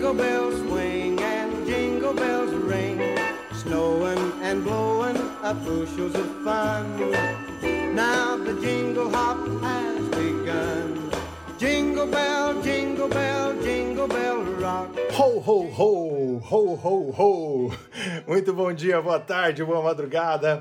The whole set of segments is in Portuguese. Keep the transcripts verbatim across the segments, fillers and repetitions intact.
Jingle bells swing and jingle bells ring, snowing and blowing up bushels of fun. Now the jingle hop has begun. Jingle bell, jingle bell, jingle bell rock. Ho, ho, ho, ho, ho, ho. Muito bom dia, boa tarde, boa madrugada.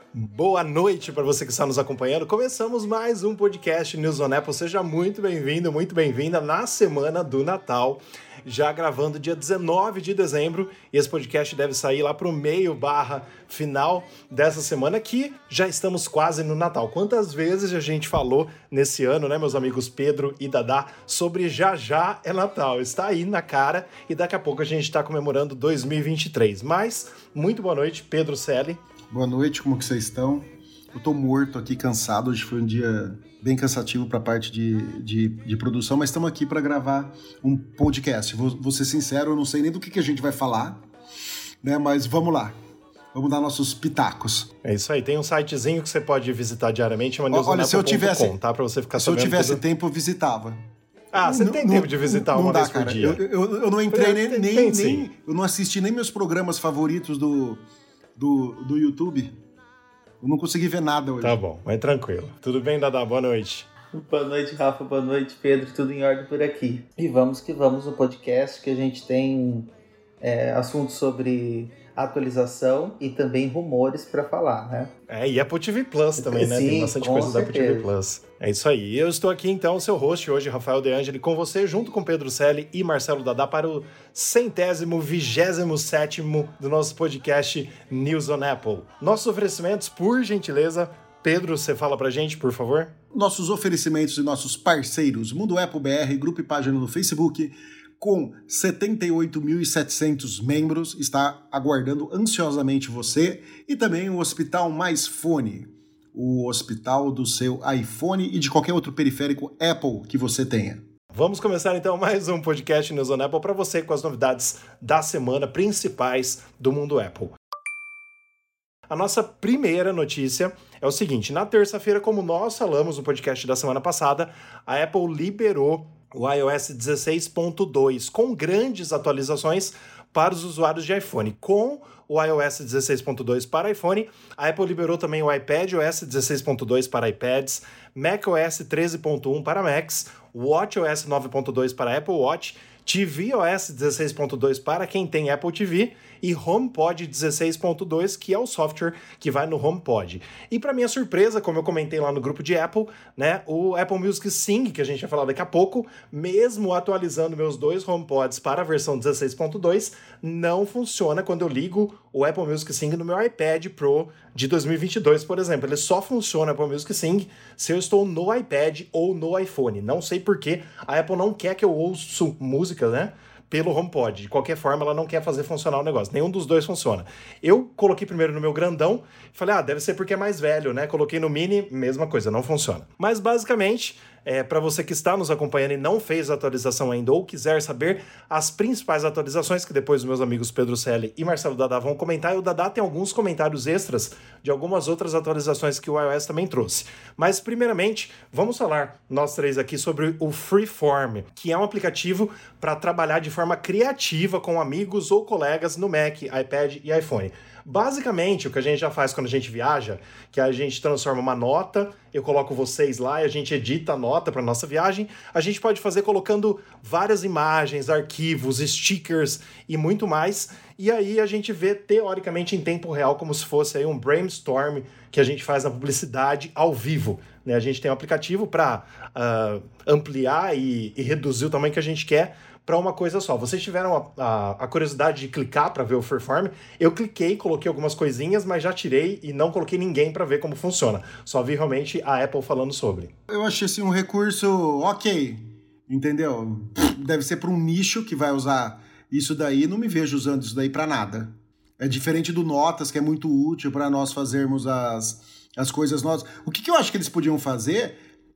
Boa noite para você que está nos acompanhando. Começamos mais um podcast News on Apple. Seja muito bem-vindo, muito bem-vinda na semana do Natal, já gravando dia dezenove de dezembro, e esse podcast deve sair lá para o meio barra final dessa semana, que já estamos quase no Natal. Quantas vezes a gente falou nesse ano, né, meus amigos Pedro e Dadá, sobre já já é Natal. Está aí na cara e daqui a pouco a gente está comemorando dois mil e vinte e três. Mas, muito boa noite, Pedro Selle. Boa noite, como que vocês estão? Eu tô morto aqui, cansado. Hoje foi um dia bem cansativo para a parte de, de, de produção, mas estamos aqui para gravar um podcast. Vou, vou ser sincero, eu não sei nem do que, que a gente vai falar, né? Mas vamos lá. Vamos dar nossos pitacos. É isso aí. Tem um sitezinho que você pode visitar diariamente, é Olha, se eu tivesse, com, tá? Pra você ficar se eu tivesse tudo. tempo, eu visitava. Ah, você não, tem não, tempo de visitar não uma dá, vez cara. por dia. Eu, eu, eu não entrei nem, tem, nem, tem, nem eu não assisti nem meus programas favoritos do, do, do YouTube. Eu não consegui ver nada hoje. Tá bom, mas tranquilo. Tudo bem, Dadá? Boa noite. Boa noite, Rafa. Boa noite, Pedro. Tudo em ordem por aqui. E vamos que vamos no podcast, que a gente tem é, assuntos sobre atualização e também rumores para falar, né? É, e Apple T V Plus também, né? Sim, tem bastante com coisa certeza. da Apple T V Plus. É isso aí. Eu estou aqui, então, seu host hoje, Rafael De Angeli, com você, junto com Pedro Selle e Marcelo Dadá, para o centésimo, vigésimo sétimo do nosso podcast News on Apple. Nossos oferecimentos, por gentileza, Pedro, você fala pra gente, por favor? Nossos oferecimentos e nossos parceiros, Mundo Apple B R, grupo e página no Facebook, com setenta e oito mil e setecentos membros, está aguardando ansiosamente você, e também o Hospital Mais Fone, o hospital do seu iPhone e de qualquer outro periférico Apple que você tenha. Vamos começar então mais um podcast News on Apple para você com as novidades da semana principais do mundo Apple. A nossa primeira notícia é o seguinte: na terça-feira, como nós falamos no podcast da semana passada, a Apple liberou o iOS dezesseis ponto dois com grandes atualizações para os usuários de iPhone. Com o iOS dezesseis ponto dois para iPhone, a Apple liberou também o iPadOS dezesseis ponto dois para iPads, macOS treze ponto um para Macs, watchOS nove ponto dois para Apple Watch, tvOS dezesseis ponto dois para quem tem Apple T V e HomePod dezesseis ponto dois, que é o software que vai no HomePod. E para minha surpresa, como eu comentei lá no grupo de Apple, né, o Apple Music Sing, que a gente vai falar daqui a pouco, mesmo atualizando meus dois HomePods para a versão dezesseis ponto dois, não funciona quando eu ligo o Apple Music Sing no meu iPad Pro de dois mil e vinte e dois, por exemplo. Ele só funciona o Apple Music Sing se eu estou no iPad ou no iPhone. Não sei por que a Apple não quer que eu ouça música, né, pelo HomePod. De qualquer forma, ela não quer fazer funcionar o negócio. Nenhum dos dois funciona. Eu coloquei primeiro no meu grandão e falei, ah, deve ser porque é mais velho, né? Coloquei no mini, mesma coisa, não funciona. Mas, basicamente, é, para você que está nos acompanhando e não fez a atualização ainda ou quiser saber as principais atualizações, que depois os meus amigos Pedro Selle e Marcelo Dadá vão comentar, e o Dadá tem alguns comentários extras de algumas outras atualizações que o iOS também trouxe. Mas, primeiramente, vamos falar, nós três aqui, sobre o Freeform, que é um aplicativo para trabalhar de forma criativa com amigos ou colegas no Mac, iPad e iPhone. Basicamente, o que a gente já faz quando a gente viaja, que a gente transforma uma nota, eu coloco vocês lá e a gente edita a nota para nossa viagem, a gente pode fazer colocando várias imagens, arquivos, stickers e muito mais, e aí a gente vê teoricamente em tempo real, como se fosse aí um brainstorm que a gente faz na publicidade ao vivo, né? A gente tem um aplicativo para uh, ampliar e, e reduzir o tamanho que a gente quer para uma coisa só. Vocês tiveram a, a, a curiosidade de clicar para ver o Freeform? Eu cliquei, coloquei algumas coisinhas, mas já tirei e não coloquei ninguém para ver como funciona. Só vi realmente a Apple falando sobre. Eu achei assim um recurso ok, entendeu? Deve ser para um nicho que vai usar isso daí, não me vejo usando isso daí para nada. É diferente do Notas, que é muito útil para nós fazermos as, as coisas nossas. O que, que eu acho que eles podiam fazer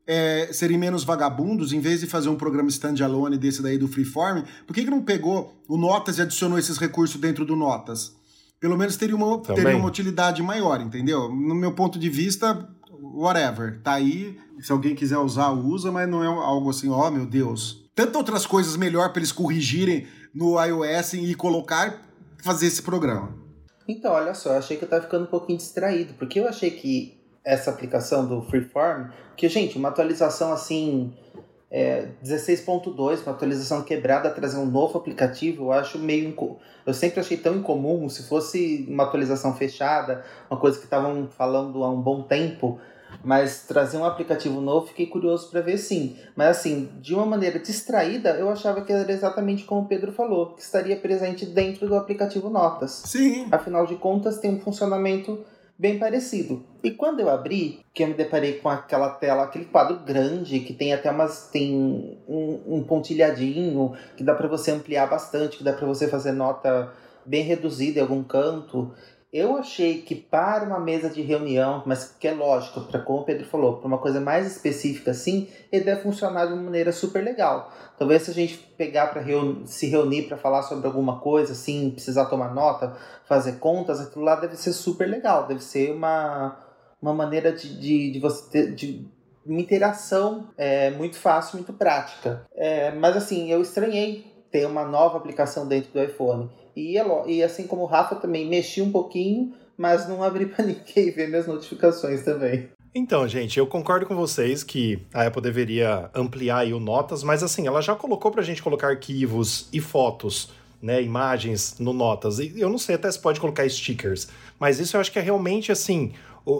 é serem menos vagabundos, em vez de fazer um programa standalone desse daí do Freeform, por que, que não pegou o Notas e adicionou esses recursos dentro do Notas? Pelo menos teria uma, teria uma utilidade maior, entendeu? No meu ponto de vista, whatever. Tá aí, se alguém quiser usar, usa, mas não é algo assim, ó, oh, meu Deus. Tantas outras coisas melhor para eles corrigirem no iOS e colocar e fazer esse programa. Então, olha só, eu achei que eu tava ficando um pouquinho distraído, porque eu achei que essa aplicação do Freeform, que, gente, uma atualização assim, é, dezesseis ponto dois, uma atualização quebrada, trazer um novo aplicativo, eu acho meio... Inco... Eu sempre achei tão incomum, se fosse uma atualização fechada, uma coisa que estavam falando há um bom tempo, mas trazer um aplicativo novo, fiquei curioso para ver sim. Mas assim, de uma maneira distraída, eu achava que era exatamente como o Pedro falou, que estaria presente dentro do aplicativo Notas. Sim. Afinal de contas, tem um funcionamento bem parecido. E quando eu abri, que eu me deparei com aquela tela, aquele quadro grande, que tem até umas, tem um, um pontilhadinho, que dá para você ampliar bastante, que dá para você fazer nota bem reduzida em algum canto. Eu achei que para uma mesa de reunião, mas que é lógico, para como o Pedro falou, para uma coisa mais específica assim, ele deve funcionar de uma maneira super legal. Talvez se a gente pegar para reuni- se reunir para falar sobre alguma coisa, assim, precisar tomar nota, fazer contas, aquilo lá deve ser super legal, deve ser uma, uma maneira de, de, de você ter... De, uma interação é, muito fácil, muito prática. É, mas assim, eu estranhei ter uma nova aplicação dentro do iPhone. E, e assim como o Rafa também mexi um pouquinho, mas não abri para ninguém ver minhas notificações também. Então, gente, eu concordo com vocês que a Apple deveria ampliar aí o Notas, mas assim, ela já colocou pra gente colocar arquivos e fotos, né, imagens no Notas. E eu não sei até se pode colocar stickers, mas isso eu acho que é realmente assim,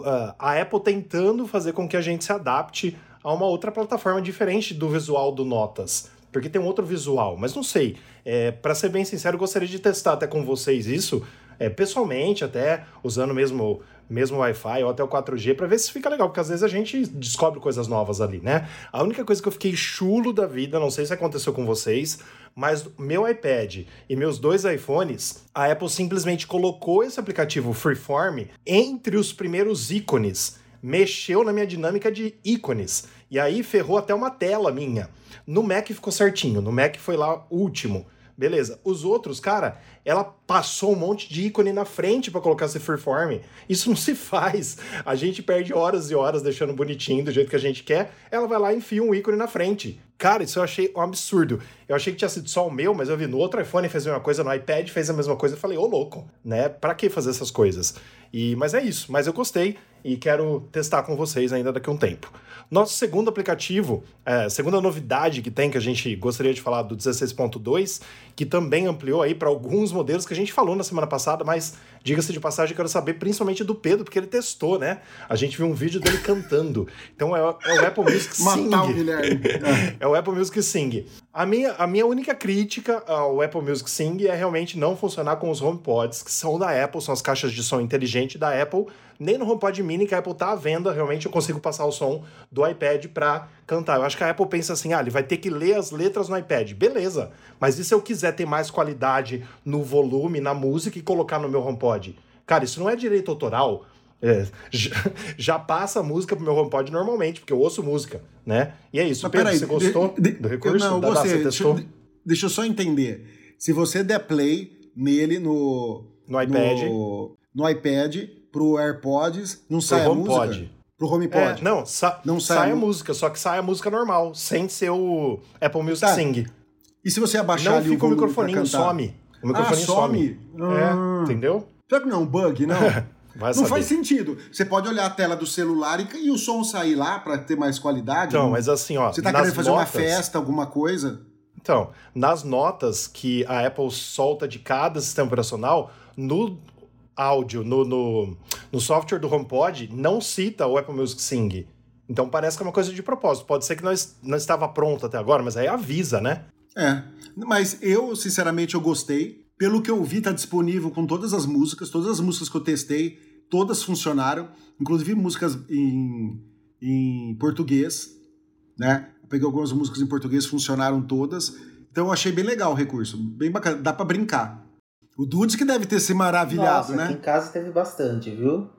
a Apple tentando fazer com que a gente se adapte a uma outra plataforma diferente do visual do Notas. Porque tem um outro visual, mas não sei. É, para ser bem sincero, eu gostaria de testar até com vocês isso, é, pessoalmente, até usando mesmo mesmo Wi-Fi ou até o quatro G, para ver se fica legal, porque às vezes a gente descobre coisas novas ali, né? A única coisa que eu fiquei chulo da vida, não sei se aconteceu com vocês, mas meu iPad e meus dois iPhones, a Apple simplesmente colocou esse aplicativo Freeform entre os primeiros ícones, mexeu na minha dinâmica de ícones, e aí ferrou até uma tela minha. No Mac ficou certinho, no Mac foi lá o último. Beleza. Os outros, cara, ela passou um monte de ícone na frente pra colocar esse Freeform. Isso não se faz. A gente perde horas e horas deixando bonitinho do jeito que a gente quer. Ela vai lá e enfia um ícone na frente. Cara, isso eu achei um absurdo. Eu achei que tinha sido só o meu, mas eu vi no outro iPhone fez a mesma coisa, no iPad fez a mesma coisa. Eu falei, ô louco, né? Pra que fazer essas coisas? E, mas é isso. Mas eu gostei e quero testar com vocês ainda daqui a um tempo. Nosso segundo aplicativo, é, segunda novidade que tem, que a gente gostaria de falar do dezesseis ponto dois, que também ampliou aí para alguns modelos que a gente falou na semana passada, mas diga-se de passagem, eu quero saber principalmente do Pedro, porque ele testou, né? A gente viu um vídeo dele cantando. Então é, é o Apple Music Sing. Matar o Guilherme. É o Apple Music Sing. A minha, a minha única crítica ao Apple Music Sing é realmente não funcionar com os HomePods, que são da Apple, são as caixas de som inteligente da Apple. Nem no HomePod Mini, que a Apple tá à venda, realmente eu consigo passar o som do iPad para cantar. Eu acho que a Apple pensa assim, ah, ele vai ter que ler as letras no iPad. Beleza, mas e se eu quiser ter mais qualidade no volume, na música e colocar no meu HomePod? Cara, isso não é direito autoral. É, já, já passa a música pro meu HomePod normalmente, porque eu ouço música, né? E é isso. Mas, Pedro, peraí, você gostou de, de, do recurso? Não, eu Dadá, gostei. você testou? Deixa, deixa eu só entender. Se você der play nele no... No iPad. No, no iPad, pro AirPods, não sai a HomePod. música? Pro HomePod. É, não, sa não sai, sai a a música, só que sai a música normal, sem ser o Apple Music tá. Sing. E se você abaixar não ali fica o o volume microfoninho, pra cantar? some. O microfoninho ah, some? some. Ah. É, entendeu? Será que não é um bug, não? Vai não saber. faz sentido. Você pode olhar a tela do celular e, e o som sair lá para ter mais qualidade. Então, não? mas assim, ó... Você tá nas querendo fazer notas, uma festa, alguma coisa? Então, nas notas que a Apple solta de cada sistema operacional, no áudio, no, no, no software do HomePod, não cita o Apple Music Sing. Então parece que é uma coisa de propósito. Pode ser que não, não estava pronto até agora, mas aí avisa, né? É, mas eu, sinceramente, eu gostei. Pelo que eu vi, tá disponível com todas as músicas. Todas as músicas que eu testei, todas funcionaram. Inclusive músicas em, em português, né? Eu peguei algumas músicas em português, funcionaram todas. Então eu achei bem legal o recurso. Bem bacana, dá pra brincar. O Dudes que deve ter se maravilhado, Nossa, né? Aqui em casa teve bastante, viu?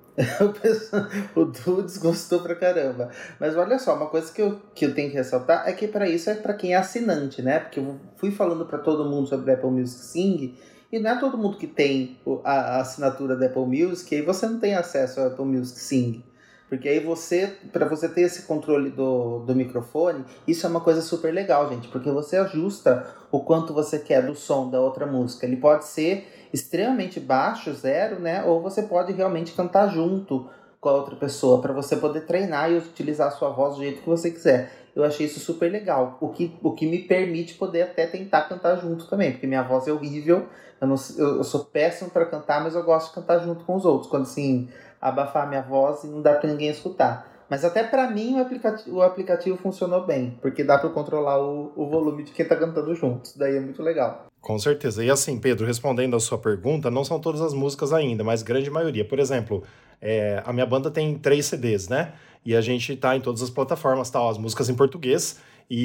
O Dudes gostou pra caramba. Mas olha só, uma coisa que eu, que eu tenho que ressaltar é que para isso é para quem é assinante, né? Porque eu fui falando para todo mundo sobre Apple Music Sing e não é todo mundo que tem a, a assinatura da Apple Music e aí você não tem acesso ao Apple Music Sing. Porque aí você, para você ter esse controle do, do microfone, isso é uma coisa super legal, gente, porque você ajusta o quanto você quer do som da outra música. Ele pode ser extremamente baixo, zero, né? Ou você pode realmente cantar junto com a outra pessoa, para você poder treinar e utilizar a sua voz do jeito que você quiser. Eu achei isso super legal, o que, o que me permite poder até tentar cantar junto também, porque minha voz é horrível, eu, não, eu, eu sou péssimo para cantar, mas eu gosto de cantar junto com os outros, quando assim, abafar minha voz e não dá para ninguém escutar. Mas até para mim o aplicativo, o aplicativo funcionou bem, porque dá para controlar o, o volume de quem tá cantando junto, isso daí é muito legal. Com certeza. E assim, Pedro, respondendo a sua pergunta, não são todas as músicas ainda, mas grande maioria. Por exemplo, é, a minha banda tem três C Ds, né? E a gente tá em todas as plataformas, tal, as músicas em português,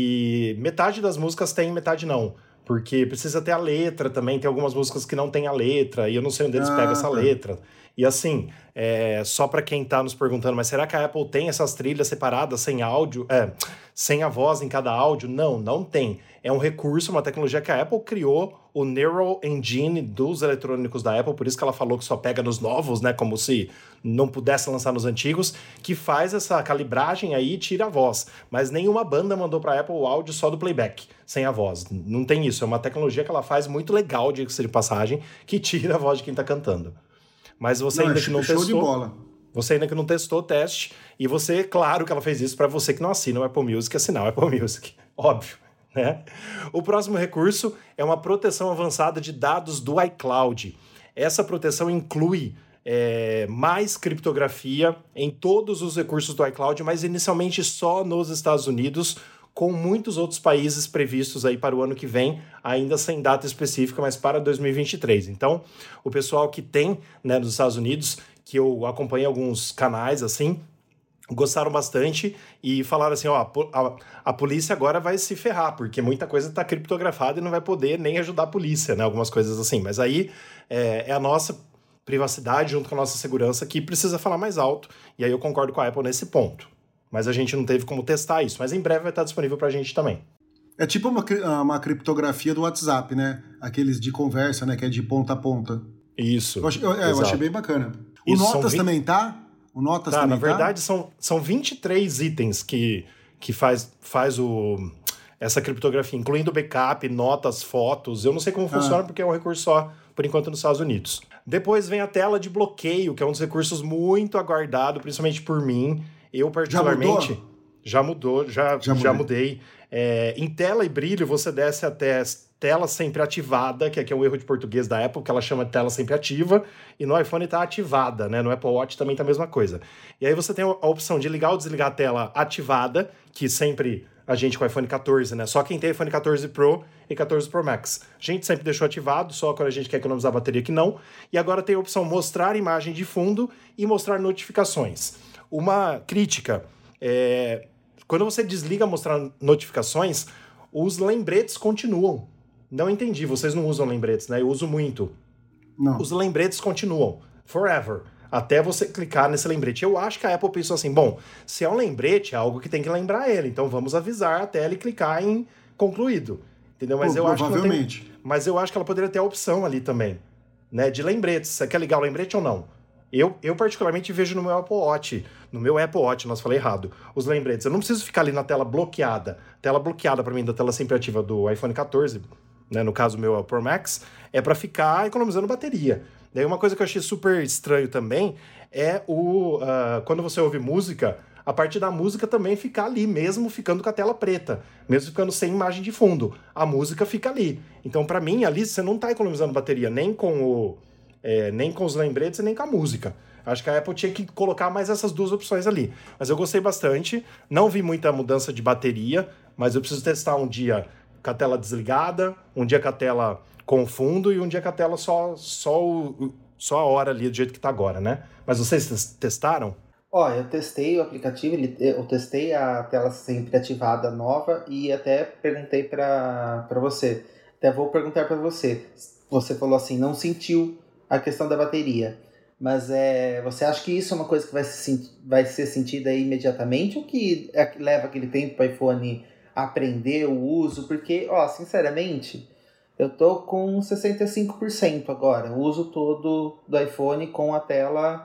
e metade das músicas tem, metade não. Porque precisa ter a letra também, tem algumas músicas que não tem a letra, e eu não sei onde eles Ah, pegam essa tá. letra. E assim, é, só para quem tá nos perguntando, mas será que a Apple tem essas trilhas separadas, sem áudio, é, sem a voz em cada áudio? Não, não tem. É um recurso, uma tecnologia que a Apple criou, o Neural Engine dos eletrônicos da Apple, por isso que ela falou que só pega nos novos, né, como se não pudesse lançar nos antigos, que faz essa calibragem aí e tira a voz. Mas nenhuma banda mandou para a Apple o áudio só do playback, sem a voz. Não tem isso, é uma tecnologia que ela faz muito legal, diga-se de passagem, que tira a voz de quem tá cantando. Mas você Não, ainda é que não show testou... de bola. Você ainda que não testou o teste, e você, claro que ela fez isso para você que não assina o Apple Music, assinar o Apple Music. Óbvio, né? O próximo recurso é uma proteção avançada de dados do iCloud. Essa proteção inclui é, mais criptografia em todos os recursos do iCloud, mas inicialmente só nos Estados Unidos, com muitos outros países previstos aí para o ano que vem, ainda sem data específica, mas para dois mil e vinte e três. Então, o pessoal que tem, né, nos Estados Unidos, que eu acompanhei alguns canais assim, gostaram bastante e falaram assim, ó, a, a polícia agora vai se ferrar, porque muita coisa está criptografada e não vai poder nem ajudar a polícia, né, algumas coisas assim. Mas aí é, é a nossa privacidade junto com a nossa segurança que precisa falar mais alto, e aí eu concordo com a Apple nesse ponto. Mas a gente não teve como testar isso, mas em breve vai estar disponível pra gente também. É tipo uma, uma criptografia do WhatsApp, né? Aqueles de conversa, né? Que é de ponta a ponta. Isso. Eu achei, eu, é, eu achei bem bacana. O Isso, Notas vinte... também tá? O Notas tá, também na verdade, tá? são, são vinte e três itens que, que faz, faz o, essa criptografia, incluindo backup, notas, fotos. Eu não sei como Ah. funciona, porque é um recurso só, por enquanto, nos Estados Unidos. Depois vem a tela de bloqueio, que é um dos recursos muito aguardado, principalmente por mim. Eu, particularmente... Já mudou? Já mudou, já, Já já mudei. mudei. É, em tela e brilho, você desce até tela sempre ativada, que aqui é um erro de português da Apple, que ela chama de tela sempre ativa, e no iPhone está ativada, né? No Apple Watch também tá a mesma coisa. E aí você tem a opção de ligar ou desligar a tela ativada, que sempre a gente com o iPhone quatorze, né? Só quem tem iPhone quatorze Pro e quatorze Pro Max. A gente sempre deixou ativado, só quando a gente quer economizar a bateria que não. E agora tem a opção mostrar imagem de fundo e mostrar notificações. Uma crítica é... Quando você desliga mostrar notificações, os lembretes continuam. Não entendi, vocês não usam lembretes, né? Eu uso muito. Não. Os lembretes continuam, forever, até você clicar nesse lembrete. Eu acho que a Apple pensou assim, bom, se é um lembrete, é algo que tem que lembrar ele, então vamos avisar até ele clicar em concluído. Entendeu? Mas, Pô, eu acho que não tem... provavelmente. Mas eu acho que ela poderia ter a opção ali também, né? De lembretes. Você quer ligar o lembrete ou não? Eu, eu particularmente vejo no meu Apple Watch, no meu Apple Watch, nós falei errado, os lembretes. Eu não preciso ficar ali na tela bloqueada. Tela bloqueada para mim da tela sempre ativa do iPhone quatorze, né, no caso o meu é o Pro Max, é para ficar economizando bateria. Daí uma coisa que eu achei super estranho também é o uh, quando você ouve música, a parte da música também ficar ali, mesmo ficando com a tela preta, mesmo ficando sem imagem de fundo. A música fica ali. Então, para mim, ali você não está economizando bateria nem com o É, nem com os lembretes e nem com a música. Acho que a Apple tinha que colocar mais essas duas opções ali. Mas eu gostei bastante. Não vi muita mudança de bateria, mas eu preciso testar um dia com a tela desligada, um dia com a tela com fundo e um dia com a tela só, só, o, só a hora ali, do jeito que tá agora, né? Mas vocês testaram? Ó, eu testei o aplicativo, eu testei a tela sempre ativada nova e até perguntei para você. Até vou perguntar para você. Você falou assim, não sentiu a questão da bateria. Mas é, você acha que isso é uma coisa que vai, se, vai ser sentida aí imediatamente ou que é, leva aquele tempo para o iPhone aprender o uso? Porque, ó, sinceramente, eu tô com sessenta e cinco por cento agora. O uso todo do iPhone com a tela,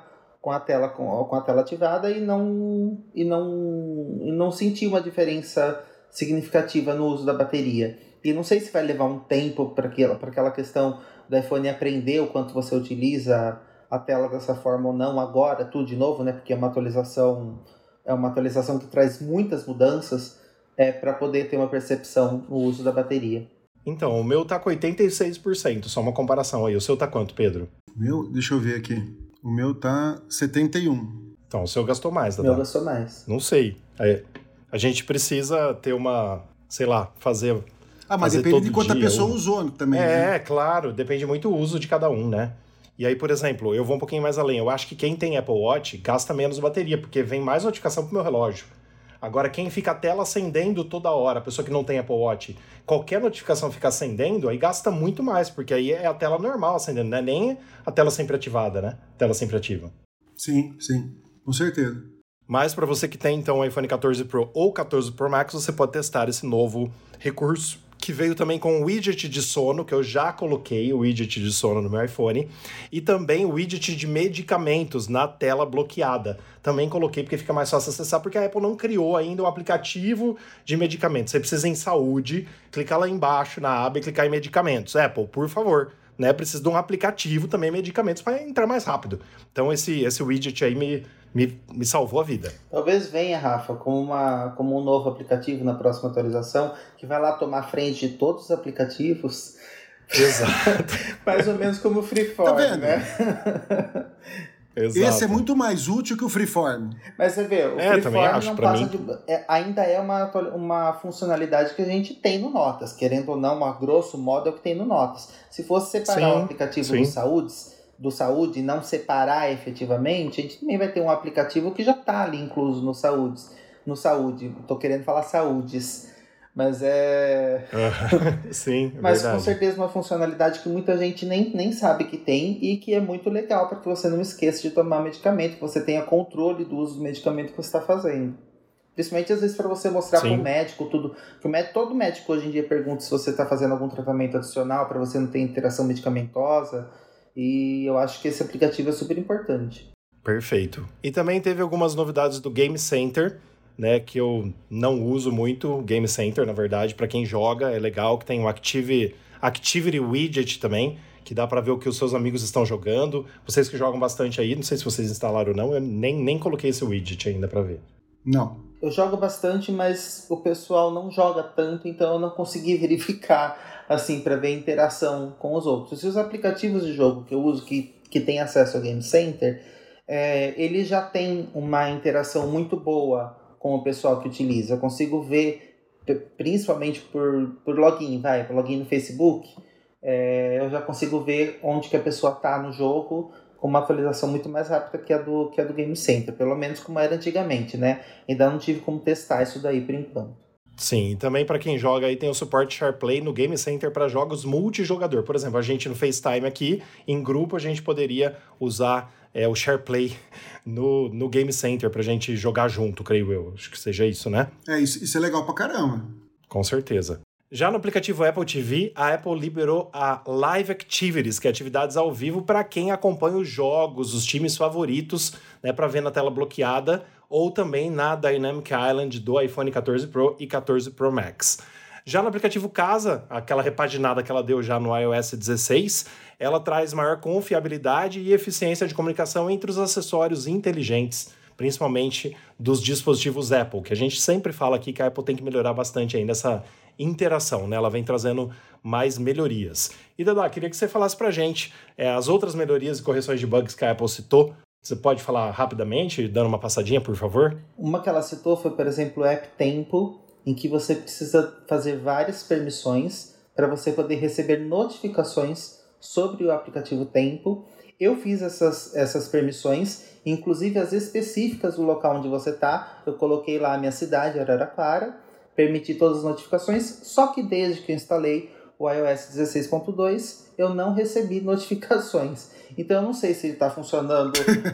com a tela, com, com a tela ativada e não, e, não, e não senti uma diferença significativa no uso da bateria. E não sei se vai levar um tempo para aquela, para aquela questão do iPhone aprender o quanto você utiliza a tela dessa forma ou não agora, tudo de novo, né? Porque é uma atualização, é uma atualização que traz muitas mudanças é, para poder ter uma percepção no uso da bateria. Então, o meu tá com oitenta e seis por cento, só uma comparação aí. O seu tá quanto, Pedro? Meu, deixa eu ver aqui. O meu tá setenta e um. Então, o seu gastou mais, O Dadá. meu gastou mais. Não sei. É, a gente precisa ter uma, sei lá, fazer... Ah, mas fazer depende de todo quanta dia, pessoa ou... usou também. É, né? claro, depende muito do uso de cada um, né? E aí, por exemplo, eu vou um pouquinho mais além. Eu acho que quem tem Apple Watch gasta menos bateria, porque vem mais notificação pro meu relógio. Agora, quem fica a tela acendendo toda hora, a pessoa que não tem Apple Watch, qualquer notificação fica acendendo, aí gasta muito mais, porque aí é a tela normal acendendo, não é nem a tela sempre ativada, né? Tela sempre ativa. Sim, sim, com certeza. Mas para você que tem, então, o iPhone quatorze Pro ou quatorze Pro Max, você pode testar esse novo recurso, que veio também com o widget de sono, que eu já coloquei o widget de sono no meu iPhone, e também o widget de medicamentos na tela bloqueada. Também coloquei porque fica mais fácil acessar, porque a Apple não criou ainda um aplicativo de medicamentos. Você precisa ir em saúde, clicar lá embaixo na aba e clicar em medicamentos. Apple, por favor, né? Precisa de um aplicativo também, medicamentos, para entrar mais rápido. Então esse, esse widget aí me, me, me salvou a vida. Talvez venha, Rafa, como, uma, como um novo aplicativo na próxima atualização, que vai lá tomar frente de todos os aplicativos. Exato. Mais ou menos como o Freeform, Tá vendo? né? Exato. Esse é muito mais útil que o Freeform. Mas você vê, o É, também Freeform acho, não pra passa mim. de... É, ainda é uma, uma funcionalidade que a gente tem no Notas. Querendo ou não, a grosso modo é o que tem no Notas. Se fosse separar Sim, o aplicativo sim. do Saúde, do Saúde e não separar efetivamente, a gente também vai ter um aplicativo que já está ali incluso no Saúde. No Saúde. Estou querendo falar Saúdes. Mas é... Sim, é Mas verdade. com certeza uma funcionalidade que muita gente nem, nem sabe que tem e que é muito legal para que você não esqueça de tomar medicamento, que você tenha controle do uso do medicamento que você está fazendo. Principalmente às vezes para você mostrar para o médico tudo. Porque o médico, todo médico hoje em dia pergunta se você está fazendo algum tratamento adicional para você não ter interação medicamentosa. E eu acho que esse aplicativo é super importante. Perfeito. E também teve algumas novidades do Game Center, né, que eu não uso muito, o Game Center, na verdade, para quem joga, é legal, que tem o Active, Activity Widget também, que dá para ver o que os seus amigos estão jogando. Vocês que jogam bastante aí, não sei se vocês instalaram ou não, eu nem, nem coloquei esse widget ainda para ver. Não. Eu jogo bastante, mas o pessoal não joga tanto, então eu não consegui verificar, assim, para ver a interação com os outros. E os aplicativos de jogo que eu uso, que, que tem acesso ao Game Center, é, ele já tem uma interação muito boa com o pessoal que utiliza. Eu consigo ver, principalmente por, por login, vai, por login no Facebook, é, eu já consigo ver onde que a pessoa está no jogo com uma atualização muito mais rápida que a, do, que a do Game Center, pelo menos como era antigamente, né? Ainda não tive como testar isso daí por enquanto. Sim, e também para quem joga aí tem o suporte SharePlay no Game Center para jogos multijogador. Por exemplo, a gente no FaceTime aqui, em grupo, a gente poderia usar é, o SharePlay no, no Game Center pra gente jogar junto, creio eu. Acho que seja isso, né? É, isso, isso é legal pra caramba. Com certeza. Já no aplicativo Apple T V, a Apple liberou a Live Activities, que é atividades ao vivo para quem acompanha os jogos, os times favoritos, né, para ver na tela bloqueada, ou também na Dynamic Island do iPhone quatorze Pro e quatorze Pro Max. Já no aplicativo Casa, aquela repaginada que ela deu já no iOS dezesseis, ela traz maior confiabilidade e eficiência de comunicação entre os acessórios inteligentes, principalmente dos dispositivos Apple, que a gente sempre fala aqui que a Apple tem que melhorar bastante ainda essa interação, né? Ela vem trazendo mais melhorias. E, Dadá, queria que você falasse pra gente é, as outras melhorias e correções de bugs que a Apple citou. Você pode falar rapidamente, dando uma passadinha, por favor? Uma que ela citou foi, por exemplo, o App Tempo, em que você precisa fazer várias permissões para você poder receber notificações sobre o aplicativo Tempo. Eu fiz essas, essas permissões, inclusive as específicas do local onde você está. Eu coloquei lá a minha cidade, Araraquara, permiti todas as notificações, só que desde que eu instalei o iOS dezesseis ponto dois, eu não recebi notificações. Então eu não sei se ele está funcionando.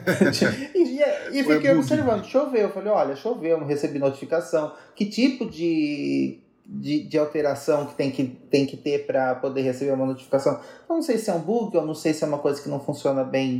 e, e fiquei observando, choveu. Eu falei, olha, choveu, eu não recebi notificação. Que tipo de, de, de alteração que tem que, tem que ter para poder receber uma notificação? Eu não sei se é um bug, eu não sei se é uma coisa que não funciona bem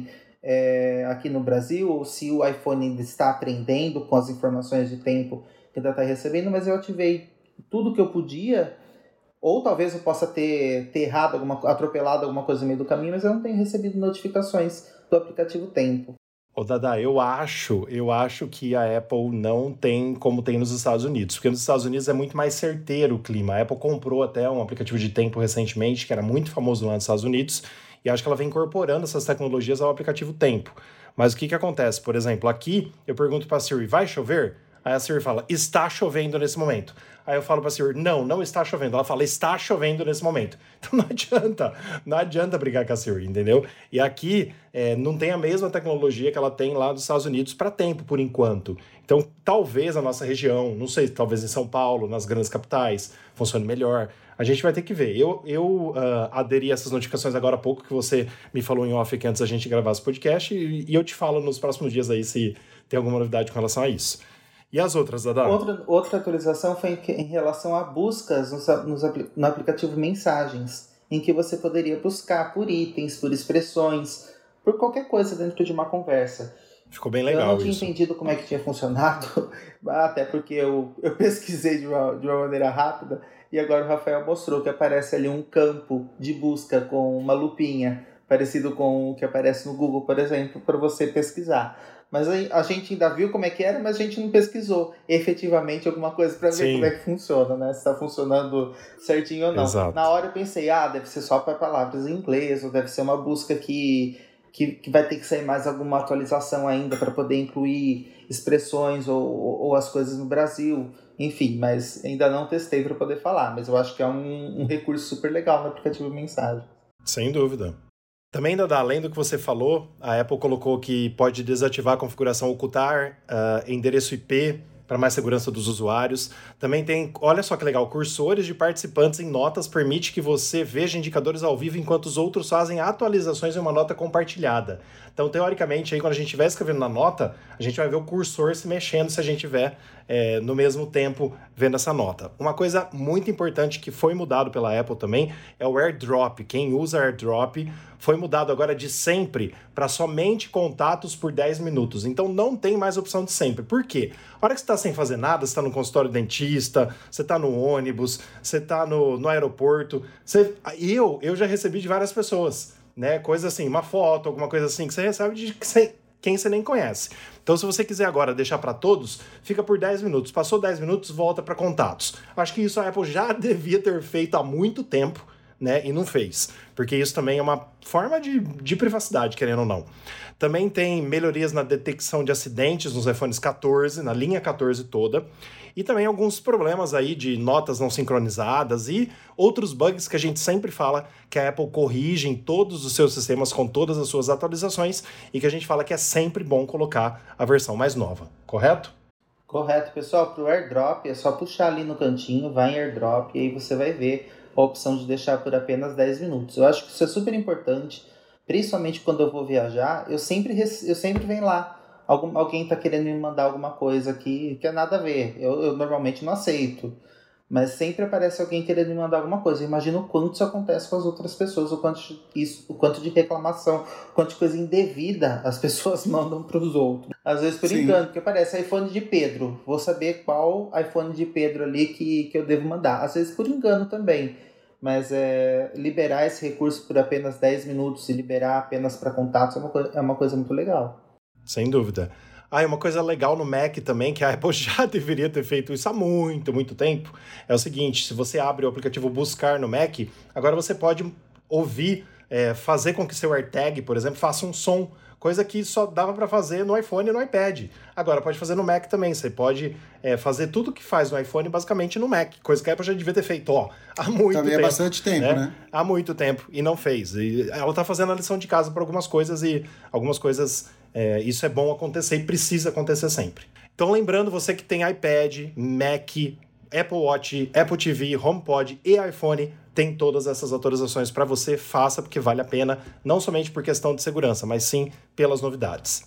é, aqui no Brasil, ou se o iPhone ainda está aprendendo com as informações de tempo que ainda está recebendo, mas eu ativei tudo que eu podia, ou talvez eu possa ter, ter errado, alguma, atropelado alguma coisa no meio do caminho, mas eu não tenho recebido notificações do aplicativo Tempo. Ô, Dada, eu acho, eu acho que a Apple não tem como tem nos Estados Unidos, porque nos Estados Unidos é muito mais certeiro o clima. A Apple comprou até um aplicativo de tempo recentemente, que era muito famoso lá nos Estados Unidos, e acho que ela vem incorporando essas tecnologias ao aplicativo Tempo. Mas o que que acontece? Por exemplo, aqui eu pergunto para a Siri, vai chover? Aí a Siri fala, está chovendo nesse momento. Aí eu falo para a Siri, não, não está chovendo. Ela fala, está chovendo nesse momento. Então não adianta, não adianta brigar com a Siri, entendeu? E aqui é, não tem a mesma tecnologia que ela tem lá nos Estados Unidos para tempo, por enquanto. Então talvez a nossa região, não sei, talvez em São Paulo, nas grandes capitais, funcione melhor. A gente vai ter que ver. Eu, eu uh, aderi a essas notificações agora há pouco, que você me falou em off aqui antes da gente gravar esse podcast, e, e eu te falo nos próximos dias aí se tem alguma novidade com relação a isso. E as outras, Dada? Outra, outra atualização foi em, em relação a buscas nos, nos, no aplicativo Mensagens, em que você poderia buscar por itens, por expressões, por qualquer coisa dentro de uma conversa. Ficou bem legal isso. Eu não tinha isso. entendido como é que tinha funcionado, até porque eu, eu pesquisei de uma, de uma maneira rápida, e agora o Rafael mostrou que aparece ali um campo de busca com uma lupinha, parecido com o que aparece no Google, por exemplo, para você pesquisar. Mas a gente ainda viu como é que era, mas a gente não pesquisou efetivamente alguma coisa para ver Sim. como é que funciona, né? Se está funcionando certinho ou não. Exato. Na hora eu pensei, ah, deve ser só para palavras em inglês, ou deve ser uma busca que, que, que vai ter que sair mais alguma atualização ainda para poder incluir expressões ou, ou as coisas no Brasil. Enfim, mas ainda não testei para poder falar. Mas eu acho que é um, um recurso super legal no aplicativo Mensagem. Sem dúvida. Também, Dada, além do que você falou, a Apple colocou que pode desativar a configuração ocultar, uh, endereço I P, para mais segurança dos usuários. Também tem, olha só que legal, cursores de participantes em notas permite que você veja indicadores ao vivo enquanto os outros fazem atualizações em uma nota compartilhada. Então, teoricamente, aí, quando a gente estiver escrevendo na nota, a gente vai ver o cursor se mexendo se a gente estiver é, no mesmo tempo vendo essa nota. Uma coisa muito importante que foi mudado pela Apple também é o AirDrop. Quem usa AirDrop foi mudado agora de sempre para somente contatos por dez minutos. Então, não tem mais opção de sempre. Por quê? A hora que você está sem fazer nada, você está no consultório dentista, você está no ônibus, você está no, no aeroporto. Você... Eu, eu já recebi de várias pessoas, né? Coisa assim, uma foto, alguma coisa assim, que você recebe de quem você nem conhece. Então, se você quiser agora deixar para todos, fica por dez minutos. Passou dez minutos, volta para contatos. Acho que isso a Apple já devia ter feito há muito tempo, né? E não fez. Porque isso também é uma forma de, de privacidade, querendo ou não. Também tem melhorias na detecção de acidentes nos iPhones quatorze, na linha quatorze toda. E também alguns problemas aí de notas não sincronizadas e outros bugs que a gente sempre fala que a Apple corrige em todos os seus sistemas com todas as suas atualizações e que a gente fala que é sempre bom colocar a versão mais nova, correto? Correto, pessoal. Para o AirDrop é só puxar ali no cantinho, vai em AirDrop e aí você vai ver a opção de deixar por apenas dez minutos. Eu acho que isso é super importante, principalmente quando eu vou viajar, eu sempre, eu sempre venho lá. Algum, alguém está querendo me mandar alguma coisa aqui que é nada a ver. Eu, eu normalmente não aceito. Mas sempre aparece alguém querendo me mandar alguma coisa. Eu imagino o quanto isso acontece com as outras pessoas, o quanto, isso, o quanto de reclamação, o quanto de coisa indevida as pessoas mandam para os outros. Às vezes por Sim. engano, porque aparece iPhone de Pedro. Vou saber qual iPhone de Pedro ali que, que eu devo mandar. Às vezes por engano também. Mas é, liberar esse recurso por apenas dez minutos e liberar apenas para contatos é uma, coisa, é uma coisa muito legal. Sem dúvida. Ah, e uma coisa legal no Mac também, que a Apple já deveria ter feito isso há muito, muito tempo, é o seguinte, se você abre o aplicativo Buscar no Mac, agora você pode ouvir, é, fazer com que seu AirTag, por exemplo, faça um som, coisa que só dava para fazer no iPhone e no iPad. Agora pode fazer no Mac também, você pode é, fazer tudo que faz no iPhone basicamente no Mac, coisa que a Apple já devia ter feito ó, há muito também tempo. é bastante tempo, né? né? Há muito tempo, e não fez. E ela está fazendo a lição de casa para algumas coisas, e algumas coisas, é, isso é bom acontecer e precisa acontecer sempre. Então lembrando, você que tem iPad, Mac, Apple Watch, Apple T V, HomePod e iPhone, tem todas essas atualizações para você, faça porque vale a pena, não somente por questão de segurança, mas sim pelas novidades.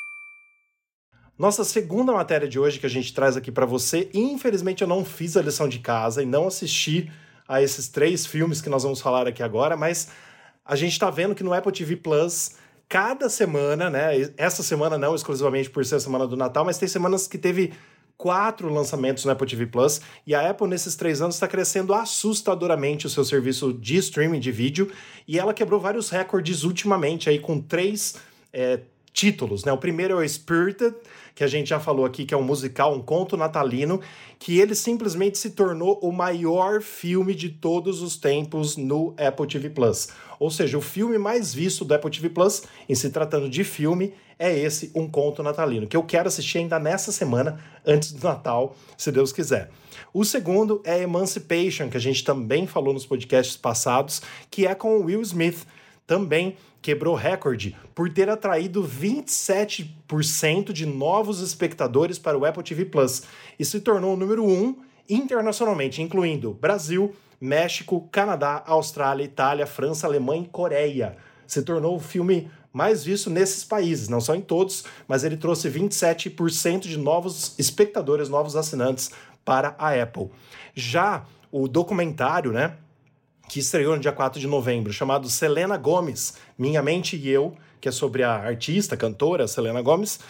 Nossa segunda matéria de hoje que a gente traz aqui para você, infelizmente eu não fiz a lição de casa e não assisti a esses três filmes que nós vamos falar aqui agora, mas a gente está vendo que no Apple T V Plus cada semana, né? Essa semana não exclusivamente por ser a semana do Natal, mas tem semanas que teve quatro lançamentos no Apple T V Plus, e a Apple nesses três anos está crescendo assustadoramente o seu serviço de streaming de vídeo, e ela quebrou vários recordes ultimamente aí com três é, títulos, né? O primeiro é o Spirited, que a gente já falou aqui, que é um musical, um conto natalino, que ele simplesmente se tornou o maior filme de todos os tempos no Apple T V Plus. Ou seja, o filme mais visto do Apple T V Plus, em se tratando de filme, é esse, Um Conto Natalino, que eu quero assistir ainda nessa semana, antes do Natal, se Deus quiser. O segundo é Emancipation, que a gente também falou nos podcasts passados, que é com o Will Smith, também quebrou recorde por ter atraído vinte e sete por cento de novos espectadores para o Apple T V Plus e se tornou o número um internacionalmente, incluindo Brasil, México, Canadá, Austrália, Itália, França, Alemanha e Coreia. Se tornou o filme mais visto nesses países, não só em todos, mas ele trouxe vinte e sete por cento de novos espectadores, novos assinantes para a Apple. Já o documentário, né, que estreou no dia quatro de novembro, chamado Selena Gomez, Minha Mente e Eu, que é sobre a artista, cantora Selena Gomez,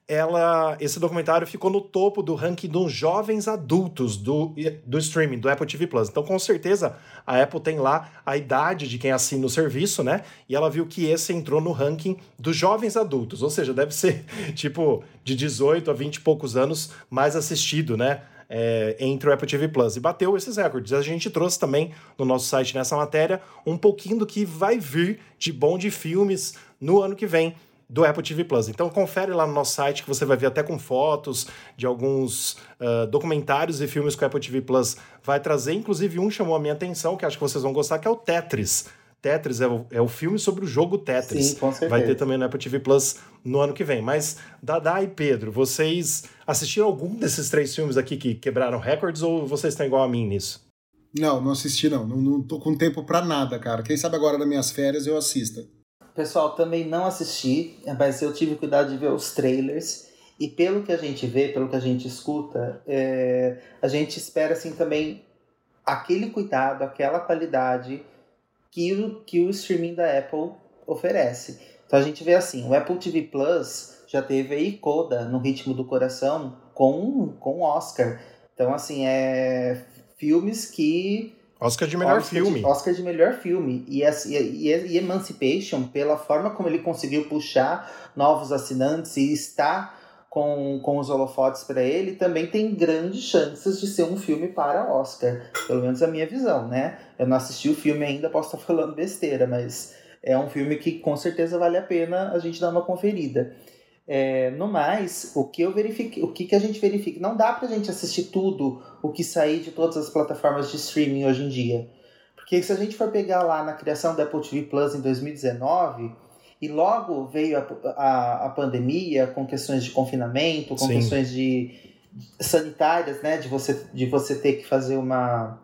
ela, esse documentário ficou no topo do ranking dos jovens adultos do, do streaming, do Apple T V Plus. Então, com certeza, a Apple tem lá a idade de quem assina o serviço, né? E ela viu que esse entrou no ranking dos jovens adultos, ou seja, deve ser, tipo, de dezoito a vinte e poucos anos mais assistido, né? É, entre o Apple T V Plus, e bateu esses recordes. A gente trouxe também no nosso site, nessa matéria, um pouquinho do que vai vir de bom de filmes no ano que vem do Apple T V Plus. Então confere lá no nosso site, que você vai ver até com fotos de alguns uh, documentários e filmes que o Apple T V Plus vai trazer. Inclusive um chamou a minha atenção, que acho que vocês vão gostar, que é o Tetris. Tetris é o, é o filme sobre o jogo Tetris. Sim, com certeza. Vai ter também no Apple T V Plus no ano que vem. Mas, Dadá e Pedro, vocês assistiram algum desses três filmes aqui que quebraram recordes, ou vocês estão igual a mim nisso? Não, não assisti não. Não, não tô com tempo pra nada, cara. Quem sabe agora nas minhas férias eu assista. Pessoal, também não assisti, mas eu tive cuidado de ver os trailers. E pelo que a gente vê, pelo que a gente escuta, é, a gente espera assim também aquele cuidado, aquela qualidade que o, que o streaming da Apple oferece. Então a gente vê assim, o Apple T V Plus já teve aí Coda, No Ritmo do Coração, com, com Oscar. Então assim, é filmes que... Oscar de melhor Oscar filme. De, Oscar de melhor filme. E, e, e Emancipation, pela forma como ele conseguiu puxar novos assinantes e está com, com os holofotes para ele, também tem grandes chances de ser um filme para Oscar. Pelo menos a minha visão, né? Eu não assisti o filme ainda, posso estar falando besteira, mas é um filme que com certeza vale a pena a gente dar uma conferida. É, no mais, o que eu verifiquei, o que, que a gente verifica, não dá pra gente assistir tudo o que sair de todas as plataformas de streaming hoje em dia. Porque se a gente for pegar lá na criação da Apple T V Plus em dois mil e dezenove, e logo veio a, a, a pandemia com questões de confinamento, com Sim. questões de, de sanitárias, né, de você, de você ter que fazer uma...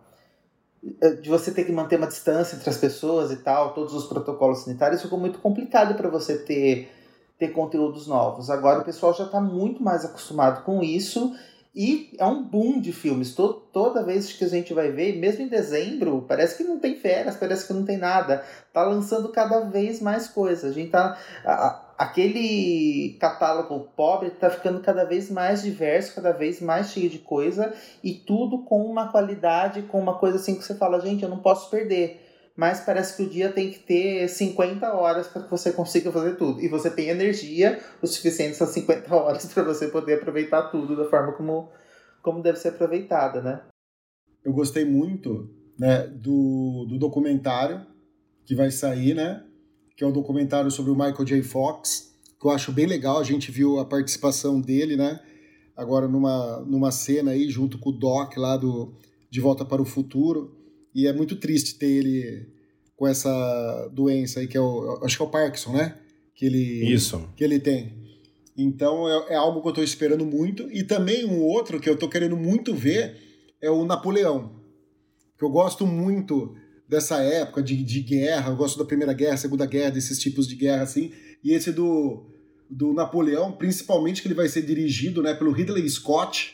de você ter que manter uma distância entre as pessoas e tal, todos os protocolos sanitários, ficou muito complicado para você ter, ter conteúdos novos. Agora o pessoal já está muito mais acostumado com isso e é um boom de filmes. Todo, toda vez que a gente vai ver, mesmo em dezembro, parece que não tem férias, parece que não tem nada. Tá lançando cada vez mais coisas. A gente tá... A, aquele catálogo pobre está ficando cada vez mais diverso, cada vez mais cheio de coisa, e tudo com uma qualidade, com uma coisa assim que você fala, gente, eu não posso perder. Mas parece que o dia tem que ter cinquenta horas para que você consiga fazer tudo. E você tem energia o suficiente essas cinquenta horas para você poder aproveitar tudo da forma como, como deve ser aproveitada, né? Eu gostei muito, né, do, do documentário que vai sair, né? Que é um documentário sobre o Michael J. Fox, que eu acho bem legal. A gente viu a participação dele, né? Agora numa, numa cena aí, junto com o Doc lá do De Volta para o Futuro. E é muito triste ter ele com essa doença aí, que é o... Acho que é o Parkinson, né? Que ele, Isso. Que ele tem. Então é, é algo que eu estou esperando muito. E também um outro que eu estou querendo muito ver é o Napoleão. Que eu gosto muito dessa época de, de guerra, eu gosto da Primeira Guerra, Segunda Guerra, desses tipos de guerra, assim, e esse do, do Napoleão, principalmente que ele vai ser dirigido, né, pelo Ridley Scott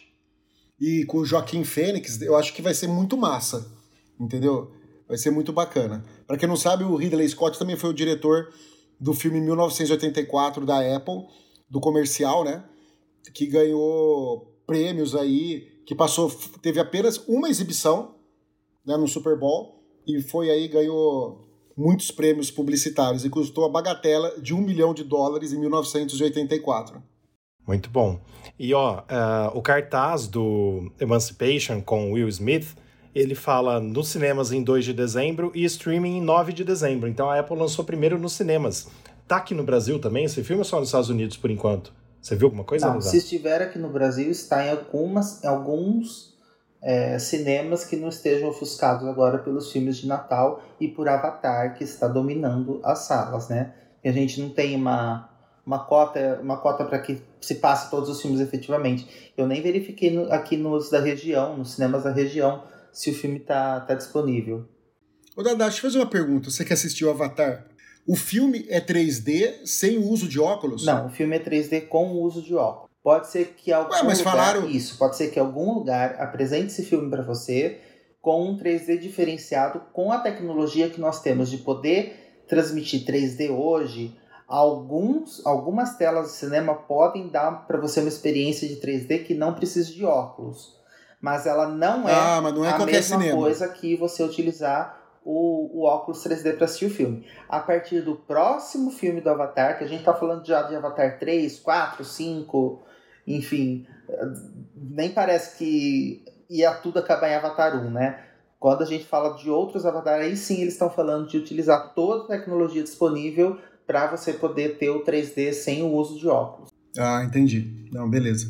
e com o Joaquin Phoenix, eu acho que vai ser muito massa, entendeu? Vai ser muito bacana. Pra quem não sabe, o Ridley Scott também foi o diretor do filme mil novecentos e oitenta e quatro da Apple, do comercial, né? Que ganhou prêmios aí, que passou, teve apenas uma exibição, né, no Super Bowl, e foi aí, ganhou muitos prêmios publicitários e custou a bagatela de um milhão de dólares em mil novecentos e oitenta e quatro. Muito bom. E ó, uh, o cartaz do Emancipation com Will Smith, ele fala nos cinemas em dois de dezembro e streaming em nove de dezembro. Então a Apple lançou primeiro nos cinemas. Tá aqui no Brasil também esse filme ou só nos Estados Unidos por enquanto? Você viu alguma coisa? Não, se estiver aqui no Brasil, está em, algumas, em alguns é, cinemas que não estejam ofuscados agora pelos filmes de Natal e por Avatar, que está dominando as salas, né? E a gente não tem uma, uma cota, uma cota para que se passe todos os filmes efetivamente. Eu nem verifiquei no, aqui nos da região, nos cinemas da região, se o filme está tá disponível. Ô Dadá, deixa eu fazer uma pergunta. Você que assistiu Avatar, o filme é três D sem o uso de óculos? Não, o filme é três D com o uso de óculos. Pode ser que algum Ué, mas lugar, falaram... isso, pode ser que algum lugar apresente esse filme para você com um três D diferenciado, com a tecnologia que nós temos de poder transmitir três D hoje. Alguns, algumas telas de cinema podem dar para você uma experiência de três D que não precisa de óculos. Mas ela não é, ah, mas não é a mesma cinema. coisa que você utilizar o, o óculos três D para assistir o filme. A partir do próximo filme do Avatar, que a gente está falando já de Avatar três, quatro, cinco, enfim, nem parece que ia tudo acabar em Avatar um, né? Quando a gente fala de outros Avatar, aí sim eles estão falando de utilizar toda a tecnologia disponível para você poder ter o três D sem o uso de óculos. Ah, entendi. Não, beleza.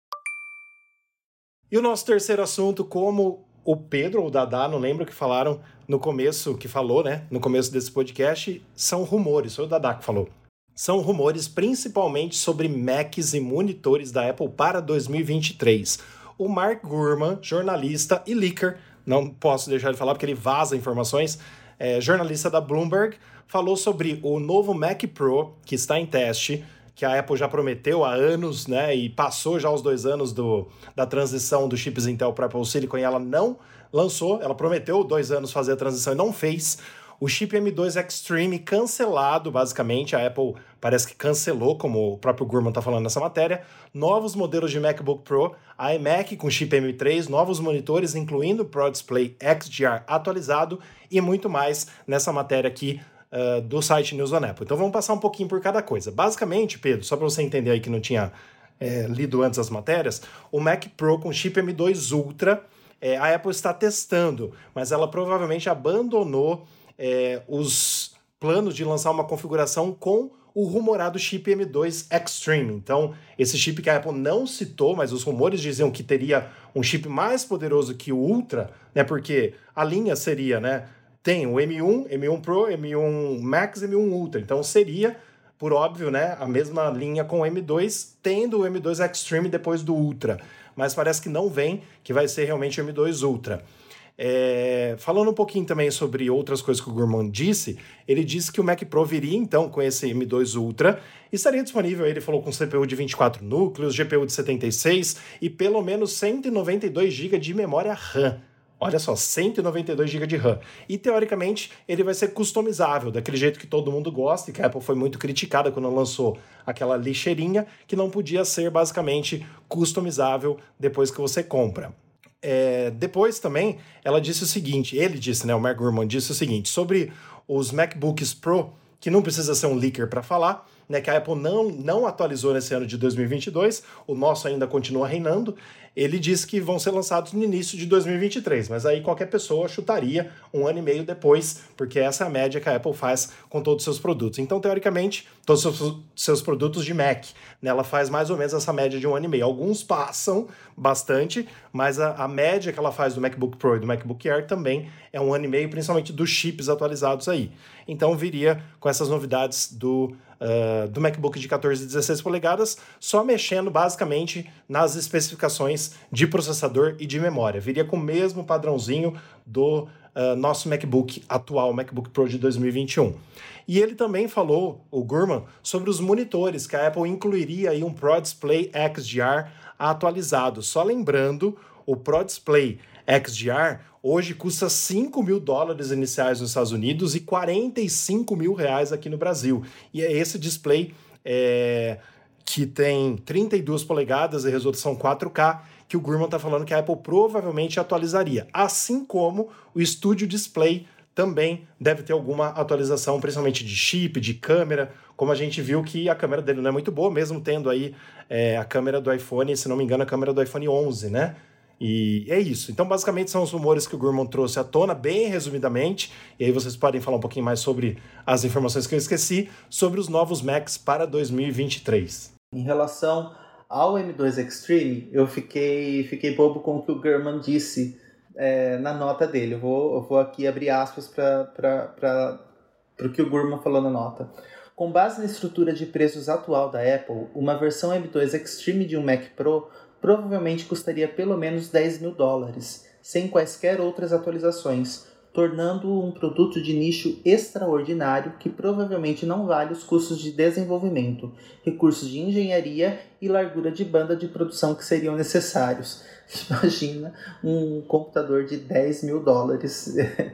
E o nosso terceiro assunto, como o Pedro ou o Dadá, não lembro o que falaram no começo, que falou, né, no começo desse podcast, são rumores, foi o Dadá que falou. São rumores principalmente sobre Macs e monitores da Apple para dois mil e vinte e três. O Mark Gurman, jornalista e leaker, não posso deixar de falar porque ele vaza informações, é, jornalista da Bloomberg, falou sobre o novo Mac Pro, que está em teste, que a Apple já prometeu há anos, né, e passou já os dois anos do, da transição dos chips Intel para Apple Silicon e ela não lançou, ela prometeu dois anos fazer a transição e não fez. O chip M dois Extreme cancelado, basicamente, a Apple parece que cancelou, como o próprio Gurman está falando nessa matéria. Novos modelos de MacBook Pro, iMac com chip M três, novos monitores, incluindo o Pro Display X D R atualizado e muito mais nessa matéria aqui uh, do site News on Apple. Então vamos passar um pouquinho por cada coisa. Basicamente, Pedro, só para você entender aí que não tinha é, lido antes as matérias, o Mac Pro com chip M dois Ultra, é, a Apple está testando, mas ela provavelmente abandonou É, os planos de lançar uma configuração com o rumorado chip M dois Extreme. Então, esse chip que a Apple não citou, mas os rumores diziam que teria um chip mais poderoso que o Ultra, né? Porque a linha seria, né? Tem o M um, M um Pro, M um Max, M um Ultra. Então, seria, por óbvio, né? A mesma linha com o M dois, tendo o M dois Extreme depois do Ultra. Mas parece que não vem, que vai ser realmente o M dois Ultra. É, falando um pouquinho também sobre outras coisas que o Gurman disse, ele disse que o Mac Pro viria então com esse M dois Ultra e estaria disponível, ele falou, com C P U de vinte e quatro núcleos, G P U de setenta e seis e pelo menos cento e noventa e dois gigabytes de memória RAM. Olha só, cento e noventa e dois gigabytes de RAM. E, teoricamente, ele vai ser customizável, daquele jeito que todo mundo gosta, e que a Apple foi muito criticada quando lançou aquela lixeirinha, que não podia ser, basicamente, customizável depois que você compra. É, depois também, ela disse o seguinte, ele disse, né, o Mark Gurman disse o seguinte, sobre os MacBooks Pro, que não precisa ser um leaker para falar, né, que a Apple não, não atualizou nesse ano de dois mil e vinte e dois, o nosso ainda continua reinando, ele disse que vão ser lançados no início de dois mil e vinte e três, mas aí qualquer pessoa chutaria um ano e meio depois, porque essa é a média que a Apple faz com todos os seus produtos. Então, teoricamente, todos os seus, seus produtos de Mac, né, ela faz mais ou menos essa média de um ano e meio. Alguns passam bastante, mas a, a média que ela faz do MacBook Pro e do MacBook Air também é um ano e meio, principalmente dos chips atualizados aí. Então, viria com essas novidades do... Uh, do MacBook de quatorze e dezesseis polegadas, só mexendo basicamente nas especificações de processador e de memória. Viria com o mesmo padrãozinho do uh, nosso MacBook atual, MacBook Pro de dois mil e vinte e um. E ele também falou, o Gurman, sobre os monitores, que a Apple incluiria aí um Pro Display X D R atualizado. Só lembrando, o Pro Display X D R hoje custa cinco mil dólares iniciais nos Estados Unidos e quarenta e cinco mil reais aqui no Brasil. E é esse display é, que tem trinta e duas polegadas e resolução quatro K que o Gurman está falando que a Apple provavelmente atualizaria. Assim como o Studio Display também deve ter alguma atualização, principalmente de chip, de câmera, como a gente viu que a câmera dele não é muito boa, mesmo tendo aí é, a câmera do iPhone, se não me engano, a câmera do iPhone onze, né? E é isso. Então, basicamente, são os rumores que o Gurman trouxe à tona, bem resumidamente, e aí vocês podem falar um pouquinho mais sobre as informações que eu esqueci, sobre os novos Macs para dois mil e vinte e três. Em relação ao M dois Extreme, eu fiquei, fiquei bobo com o que o Gurman disse é, na nota dele. Eu vou, eu vou aqui abrir aspas para o que o Gurman falou na nota. Com base na estrutura de preços atual da Apple, uma versão M dois Extreme de um Mac Pro provavelmente custaria pelo menos dez mil dólares, sem quaisquer outras atualizações, tornando-o um produto de nicho extraordinário que provavelmente não vale os custos de desenvolvimento, recursos de engenharia e largura de banda de produção que seriam necessários. Imagina um computador de dez mil dólares.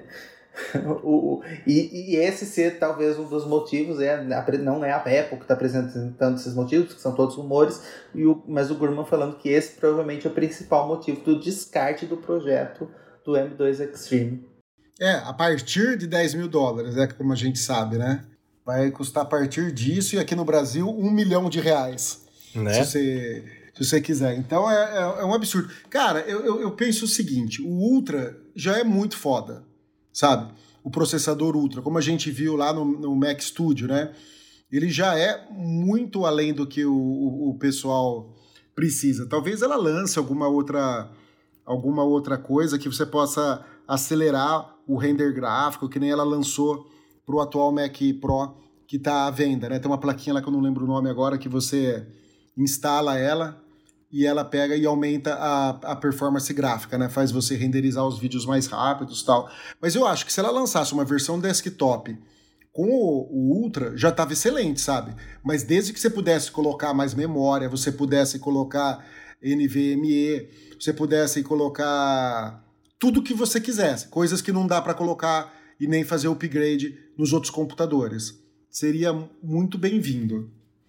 o, o, e, e esse ser talvez um dos motivos, é, não é a Apple que está apresentando esses motivos, que são todos rumores, e o, mas o Gurman falando que esse provavelmente é o principal motivo do descarte do projeto do M dois Extreme. É, a partir de dez mil dólares, é como a gente sabe, né? Vai custar a partir disso, e aqui no Brasil, um milhão de reais. Né? Se você, se você quiser. Então é, é, é um absurdo. Cara, eu, eu, eu penso o seguinte, o Ultra já é muito foda, sabe? O processador Ultra, como a gente viu lá no, no Mac Studio, né? Ele já é muito além do que o, o, o pessoal precisa. Talvez ela lance alguma outra, alguma outra coisa que você possa acelerar o render gráfico, que nem ela lançou para o atual Mac Pro que está à venda, né? Tem uma plaquinha lá que eu não lembro o nome agora, que você instala ela e ela pega e aumenta a, a performance gráfica, né? Faz você renderizar os vídeos mais rápidos e tal. Mas eu acho que se ela lançasse uma versão desktop com o, o Ultra, já estava excelente, sabe? Mas desde que você pudesse colocar mais memória, você pudesse colocar N V M E, você pudesse colocar tudo que você quisesse, coisas que não dá para colocar e nem fazer upgrade nos outros computadores. Seria muito bem-vindo.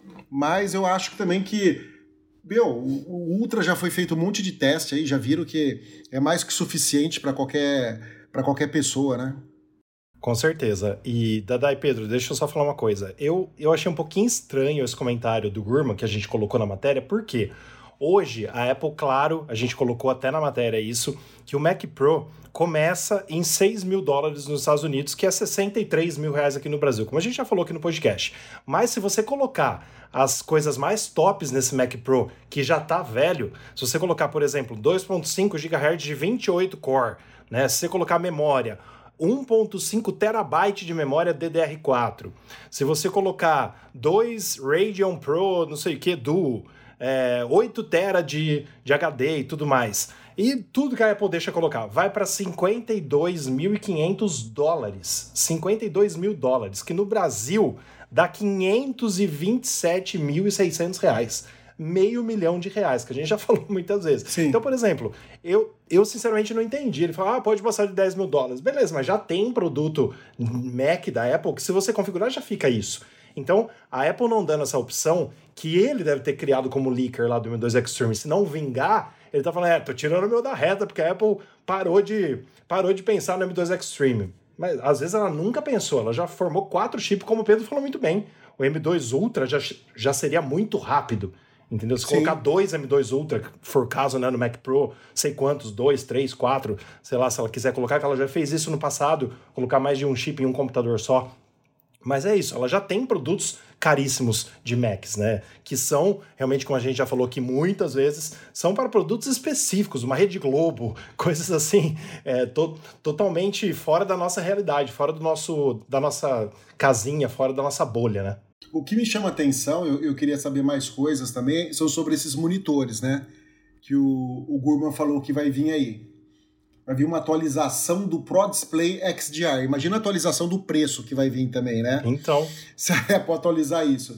Mas eu acho também que, meu, o Ultra já foi feito um monte de teste aí, já viram que é mais que suficiente para qualquer, para qualquer pessoa, né? Com certeza. E, Dadá e Pedro, deixa eu só falar uma coisa. Eu, eu achei um pouquinho estranho esse comentário do Gurman que a gente colocou na matéria, por quê? Hoje, a Apple, claro, a gente colocou até na matéria isso, que o Mac Pro começa em seis mil dólares nos Estados Unidos, que é sessenta e três mil reais aqui no Brasil, como a gente já falou aqui no podcast. Mas se você colocar as coisas mais tops nesse Mac Pro, que já tá velho, se você colocar, por exemplo, dois ponto cinco gigahertz de vinte e oito core, né? Se você colocar memória, um ponto cinco terabyte de memória D D R quatro, se você colocar dois Radeon Pro, não sei o que, Duo, É, oito terabytes de, de H D e tudo mais. E tudo que a Apple deixa colocar vai para cinquenta e dois mil e quinhentos dólares. cinquenta e dois mil dólares, que no Brasil dá quinhentos e vinte e sete mil e seiscentos reais. Meio milhão de reais, que a gente já falou muitas vezes. Sim. Então, por exemplo, eu, eu sinceramente não entendi. Ele falou, ah, pode passar de dez mil dólares. Beleza, mas já tem produto Mac da Apple que se você configurar já fica isso. Então, a Apple não dando essa opção, que ele deve ter criado como leaker lá do M dois Extreme, se não vingar, ele tá falando, é, tô tirando o meu da reta, porque a Apple parou de, parou de pensar no M dois Extreme. Mas, às vezes, ela nunca pensou, ela já formou quatro chips, como o Pedro falou muito bem. O M dois Ultra já, já seria muito rápido, entendeu? Se Sim. colocar dois M dois Ultra, for caso, né, no Mac Pro, sei quantos, dois, três, quatro, sei lá, se ela quiser colocar, que ela já fez isso no passado, colocar mais de um chip em um computador só. Mas é isso, ela já tem produtos caríssimos de Macs, né? Que são, realmente, como a gente já falou aqui muitas vezes, são para produtos específicos, uma Rede Globo, coisas assim, é, to- totalmente fora da nossa realidade, fora do nosso, da nossa casinha, fora da nossa bolha, né? O que me chama a atenção, eu, eu queria saber mais coisas também, são sobre esses monitores, né? Que o, o Gurman falou que vai vir aí. Vai vir uma atualização do Pro Display X D R. Imagina a atualização do preço que vai vir também, né? Então. Se a Apple atualizar isso.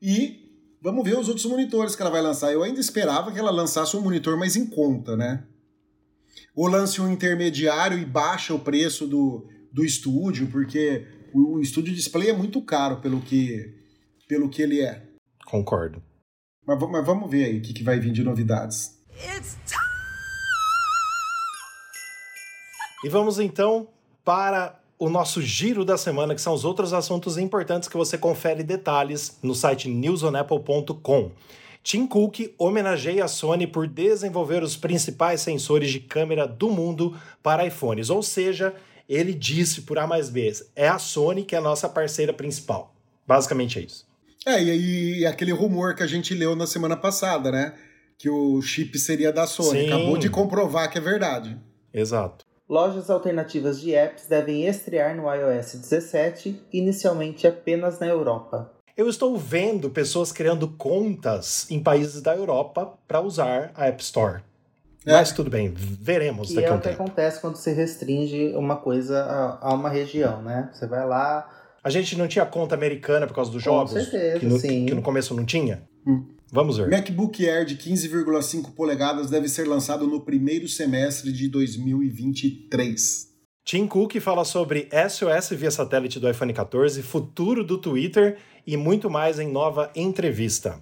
E vamos ver os outros monitores que ela vai lançar. Eu ainda esperava que ela lançasse um monitor mais em conta, né? ou lance um intermediário e baixa o preço do, do estúdio, porque o, o estúdio display é muito caro pelo que, pelo que ele é. Concordo. Mas, mas vamos ver aí o que, que vai vir de novidades. E vamos então para o nosso giro da semana, que são os outros assuntos importantes que você confere detalhes no site news on apple ponto com. Tim Cook homenageia a Sony por desenvolver os principais sensores de câmera do mundo para iPhones. Ou seja, ele disse por A mais B, é a Sony que é a nossa parceira principal. Basicamente é isso. É, e, e aquele rumor que a gente leu na semana passada, né? Que o chip seria da Sony. Sim. Acabou de comprovar que é verdade. Exato. Lojas alternativas de apps devem estrear no iOS dezessete, inicialmente apenas na Europa. Eu estou vendo pessoas criando contas em países da Europa para usar a App Store. É. Mas tudo bem, veremos que daqui a um tempo. É o que tempo. acontece quando você restringe uma coisa a, a uma região, né? Você vai lá... A gente não tinha conta americana por causa dos Com jogos? certeza, que no, sim. Que no começo não tinha? Hum. Vamos ver. MacBook Air de quinze vírgula cinco polegadas deve ser lançado no primeiro semestre de dois mil e vinte e três. Tim Cook fala sobre S O S via satélite do iPhone quatorze, futuro do Twitter e muito mais em nova entrevista.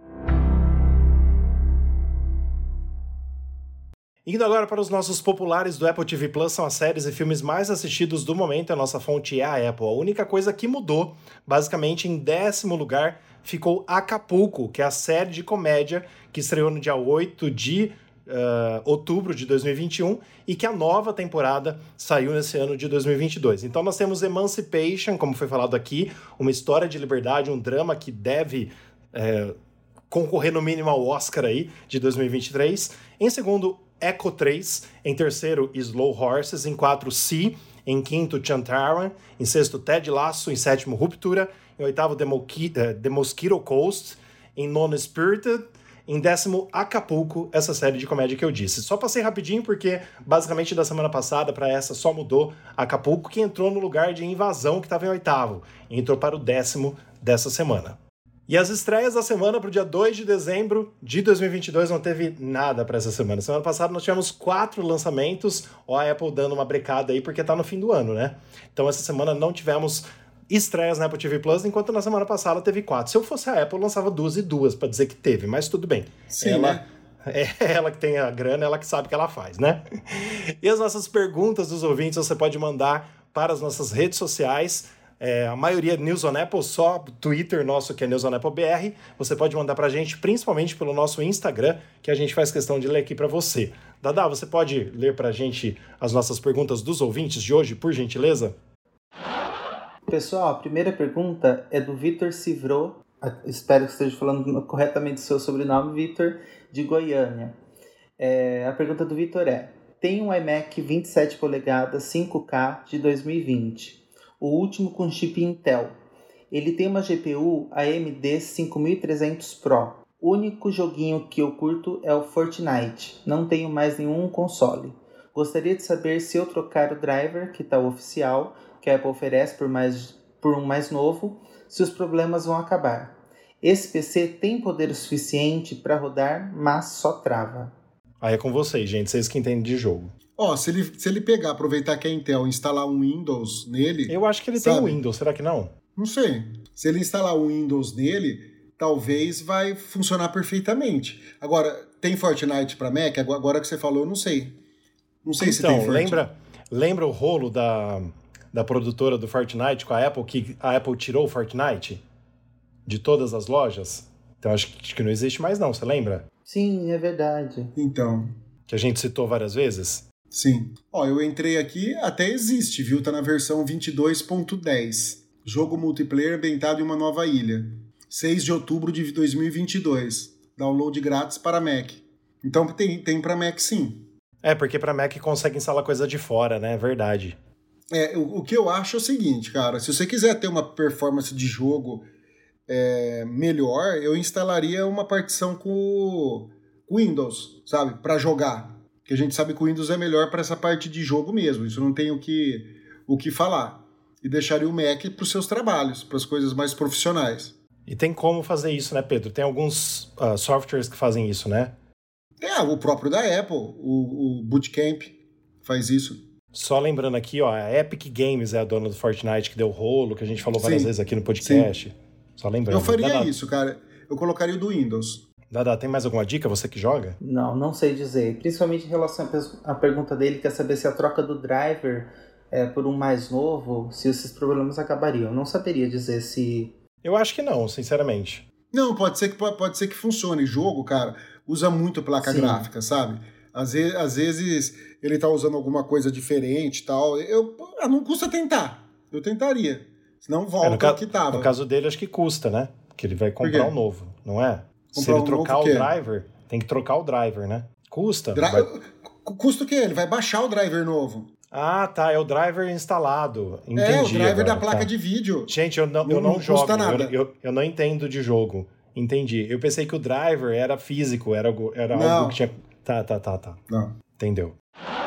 Indo agora para os nossos populares do Apple T V Plus, são as séries e filmes mais assistidos do momento. A nossa fonte é a Apple. A única coisa que mudou, basicamente, em décimo lugar, ficou Acapulco, que é a série de comédia que estreou no dia oito de uh, outubro de dois mil e vinte e um e que a nova temporada saiu nesse ano de dois mil e vinte e dois. Então nós temos Emancipation, como foi falado aqui, uma história de liberdade, um drama que deve... Uh, concorrer no mínimo ao Oscar aí, de dois mil e vinte e três. Em segundo, Echo três. Em terceiro, Slow Horses. Em quatro, Sea. Em quinto, Chantaran. Em sexto, Ted Lasso. Em sétimo, Ruptura. Em oitavo, The, Moki- uh, The Mosquito Coast. Em nono, Spirited. Em décimo, Acapulco, essa série de comédia que eu disse. Só passei rapidinho porque, basicamente, da semana passada para essa só mudou Acapulco, que entrou no lugar de Invasão, que estava em oitavo. E entrou para o décimo dessa semana. E as estreias da semana para o dia dois de dezembro de dois mil e vinte e dois não teve nada para essa semana. Semana passada nós tivemos quatro lançamentos, ó, a Apple dando uma brecada aí porque tá no fim do ano, né? Então essa semana não tivemos estreias na Apple T V Plus, enquanto na semana passada teve quatro. Se eu fosse a Apple, eu lançava duas e duas para dizer que teve, mas tudo bem. Sim, ela, né? É ela que tem a grana, ela que sabe o que ela faz, né? E as nossas perguntas dos ouvintes você pode mandar para as nossas redes sociais. É, a maioria é News on Apple, só Twitter nosso que é News on Apple B R. Você pode mandar pra gente, principalmente pelo nosso Instagram, que a gente faz questão de ler aqui pra você. Dada, você pode ler pra gente as nossas perguntas dos ouvintes de hoje, por gentileza? Pessoal, a primeira pergunta é do Vitor Civro. Espero que esteja falando corretamente o seu sobrenome, Vitor, de Goiânia. É, a pergunta do Vitor é: tem um iMac vinte e sete polegadas cinco K de dois mil e vinte. O último com chip Intel. Ele tem uma G P U A M D cinco mil e trezentos Pro. O único joguinho que eu curto é o Fortnite. Não tenho mais nenhum console. Gostaria de saber se eu trocar o driver, que está oficial, que a Apple oferece por, mais, por um mais novo, se os problemas vão acabar. Esse P C tem poder o suficiente para rodar, mas só trava. Aí é com vocês, gente. Vocês que entendem de jogo. Ó, oh, se ele, se ele pegar, aproveitar que a Intel instalar um Windows nele... Eu acho que ele sabe? tem um Windows, será que não? Não sei. Se ele instalar um Windows nele, talvez vai funcionar perfeitamente. Agora, tem Fortnite para Mac? Agora que você falou, eu não sei. Não sei então, se tem Fortnite. Lembra, lembra o rolo da, da produtora do Fortnite com a Apple, que a Apple tirou o Fortnite de todas as lojas? Então acho que, acho que não existe mais não, você lembra? Sim, é verdade. Então... Que a gente citou várias vezes? Sim. Ó, eu entrei aqui, até existe, viu? Tá na versão vinte e dois ponto dez. Jogo multiplayer ambientado em uma nova ilha. seis de outubro de dois mil e vinte e dois. Download grátis para Mac. Então tem, tem para Mac sim. É, porque para Mac consegue instalar coisa de fora, né? Verdade. É, o, o que eu acho é o seguinte, cara. Se você quiser ter uma performance de jogo é, melhor, eu instalaria uma partição com o Windows, sabe? Para jogar. Que a gente sabe que o Windows é melhor para essa parte de jogo mesmo. Isso não tem o que, o que falar. E deixaria o Mac para os seus trabalhos, para as coisas mais profissionais. E tem como fazer isso, né, Pedro? Tem alguns uh, softwares que fazem isso, né? É, o próprio da Apple, o, o Bootcamp faz isso. Só lembrando aqui, ó, a Epic Games é a dona do Fortnite, que deu rolo, que a gente falou várias Sim. vezes aqui no podcast. Sim. Só lembrando. Eu faria Dada, isso, cara. Eu colocaria o do Windows. Dada, tem mais alguma dica? Você que joga? Não, não sei dizer. Principalmente em relação à pergunta dele, quer saber se a troca do driver é, por um mais novo, se esses problemas acabariam. Eu não saberia dizer se... Eu acho que não, sinceramente. Não, pode ser que, pode, pode ser que funcione. Jogo, cara, usa muito placa Sim. gráfica, sabe? Às vezes, às vezes ele tá usando alguma coisa diferente e tal. Eu, não custa tentar. Eu tentaria. Senão volta é, ao que tava. No caso dele, acho que custa, né? Porque ele vai comprar um novo, não é? Comprar Se ele um trocar novo, o driver, tem que trocar o driver, né? Custa. Dri- vai... Custa o quê? Ele vai baixar o driver novo. Ah, tá. É o driver instalado. Entendi. É, o driver agora, da placa tá. de vídeo. Gente, eu não, não eu não, não jogo. Custa nada. Eu, eu, eu não entendo de jogo. Entendi. Eu pensei que o driver era físico, era, era algo que tinha... Tá, tá, tá, tá. Não. Entendeu.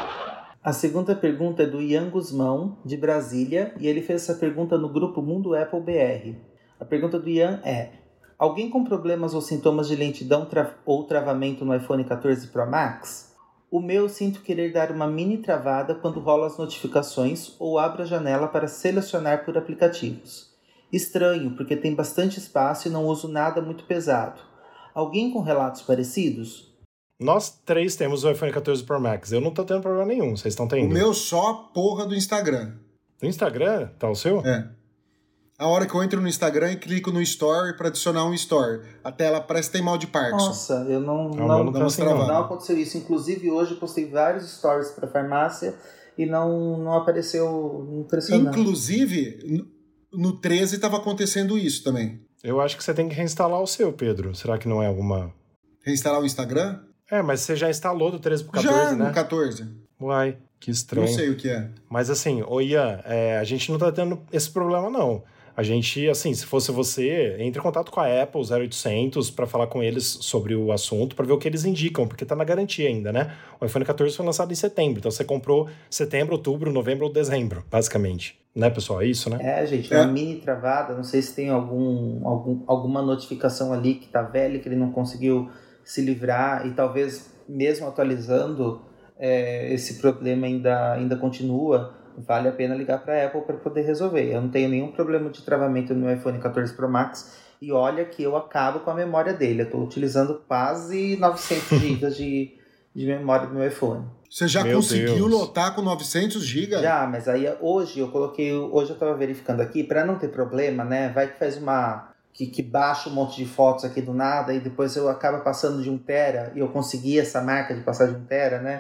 A segunda pergunta é do Ian Guzmão, de Brasília, e ele fez essa pergunta no grupo Mundo Apple B R. A pergunta do Ian é: alguém com problemas ou sintomas de lentidão tra- ou travamento no iPhone quatorze Pro Max? O meu sinto querer dar uma mini travada quando rolo as notificações ou abro a janela para selecionar por aplicativos. Estranho, porque tem bastante espaço e não uso nada muito pesado. Alguém com relatos parecidos? Nós três temos o iPhone quatorze Pro Max. Eu não tô tendo problema nenhum. Vocês estão tendo? O meu só a porra do Instagram. No Instagram? Tá o seu? É. A hora que eu entro no Instagram e clico no Story para adicionar um Story. A tela parece que tem mal de Parkinson. Nossa, eu não... Não, não, não, tá não, assim, não. não. não aconteceu isso. Inclusive, hoje eu postei vários stories para farmácia e não, não apareceu impressionante. Inclusive, no, no treze estava acontecendo isso também. Eu acho que você tem que reinstalar o seu, Pedro. Será que não é alguma... Reinstalar o Instagram? É, mas você já instalou do treze pro quatorze, já, né? no quatorze. Uai, que estranho. Não sei o que é. Mas assim, ô Ian, é, a gente não tá tendo esse problema, não. A gente, assim, se fosse você, entre em contato com a Apple zero oitocentos para falar com eles sobre o assunto, para ver o que eles indicam, porque tá na garantia ainda, né? O iPhone quatorze foi lançado em setembro, então você comprou setembro, outubro, novembro ou dezembro, basicamente. Né, pessoal? É isso, né? É, gente, É. uma mini travada, não sei se tem algum, algum, alguma notificação ali que tá velha, que ele não conseguiu se livrar, e talvez mesmo atualizando, é, esse problema ainda, ainda continua. Vale a pena ligar para a Apple para poder resolver. Eu não tenho nenhum problema de travamento no meu iPhone quatorze Pro Max, e olha que eu acabo com a memória dele. Eu estou utilizando quase novecentos gigas de, de memória do meu iPhone. Você já Meu conseguiu Deus. lotar com novecentos gigas? Já, mas aí hoje eu coloquei, hoje eu estava verificando aqui, para não ter problema, né? Vai que faz uma... Que, que baixa um monte de fotos aqui do nada e depois eu acabo passando de um tera, e eu consegui essa marca de passar de um tera, né?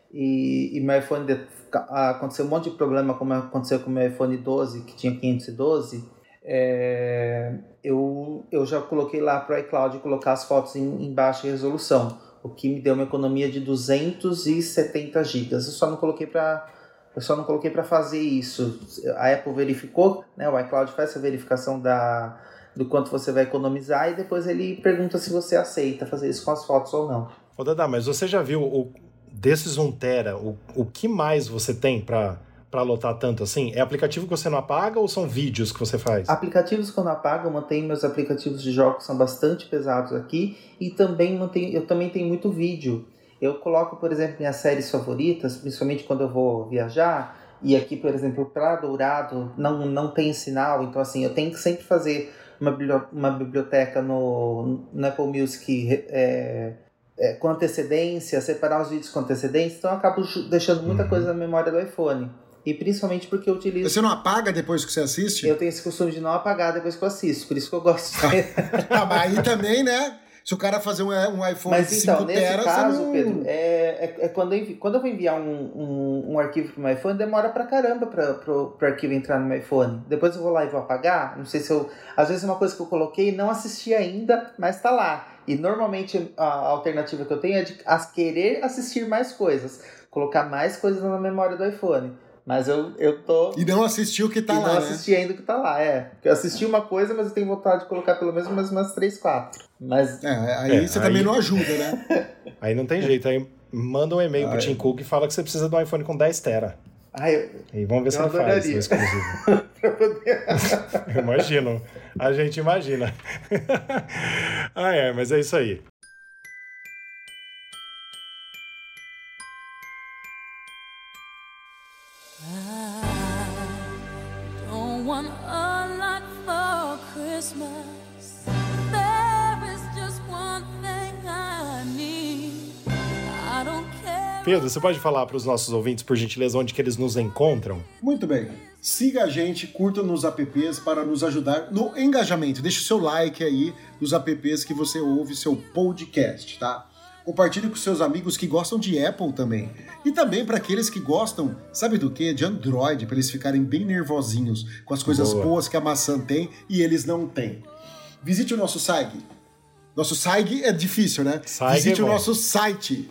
E, e meu iPhone de, aconteceu um monte de problema, como aconteceu com o meu iPhone doze, que tinha quinhentos e doze. É, eu, eu já coloquei lá para o iCloud colocar as fotos em, em baixa resolução, o que me deu uma economia de duzentos e setenta gigas. Eu só não coloquei para eu só não coloquei para fazer isso. A Apple verificou, né? O iCloud faz essa verificação da, do quanto você vai economizar, e depois ele pergunta se você aceita fazer isso com as fotos ou não. Ô, Dadá, mas você já viu o, desses um tera, o, o que mais você tem para para lotar tanto assim? É aplicativo que você não apaga ou são vídeos que você faz? Aplicativos que eu não apago, eu mantenho meus aplicativos de jogos, que são bastante pesados aqui, e também mantenho, eu também tenho muito vídeo. Eu coloco, por exemplo, minhas séries favoritas, principalmente quando eu vou viajar, e aqui, por exemplo, para Dourado não, não tem sinal, então assim, eu tenho que sempre fazer uma, uma biblioteca no, no Apple Music é, é, com antecedência, separar os vídeos com antecedência, então eu acabo deixando muita uhum. coisa na memória do iPhone. E principalmente porque eu utilizo... Você não apaga depois que você assiste? Eu tenho esse costume de não apagar depois que eu assisto, por isso que eu gosto de... Ah, mas aí também, né? Se o cara fazer um, um iPhone mas, de então, cinco nesse teras, caso, não... Pedro, é, é, é quando, eu envio, quando eu vou enviar um, um, um arquivo pro meu iPhone, demora pra caramba pra, pro, pro arquivo entrar no meu iPhone. Depois eu vou lá e vou apagar, não sei se eu... Às vezes é uma coisa que eu coloquei e não assisti ainda, mas tá lá. E normalmente a alternativa que eu tenho é de as querer assistir mais coisas, colocar mais coisas na memória do iPhone. Mas eu, eu tô... E não assistiu o que tá e lá, não né? assisti ainda o que tá lá, é. Porque eu assisti uma coisa, mas eu tenho vontade de colocar pelo menos umas, umas três, quatro. Mas... É, aí é, você aí... também não ajuda, né? Aí não tem jeito. Aí manda um e-mail Ai. pro Tim Cook e fala que você precisa de um iPhone com dez tera. Ai, eu... E vamos ver eu se ele adoraria. faz no exclusivo. pra poder... Eu imagino. A gente imagina. Ah, é, mas é isso aí. Pedro, você pode falar para os nossos ouvintes, por gentileza, onde que eles nos encontram? Muito bem. Siga a gente, curta nos apps para nos ajudar no engajamento. Deixe o seu like aí nos apps que você ouve seu podcast, tá? Compartilhe com seus amigos que gostam de Apple também. E também para aqueles que gostam, sabe do quê? De Android, para eles ficarem bem nervosinhos com as coisas Boa. boas que a maçã tem e eles não têm. Visite o nosso site. Nosso site é difícil, né? Site Visite é o bom. nosso site.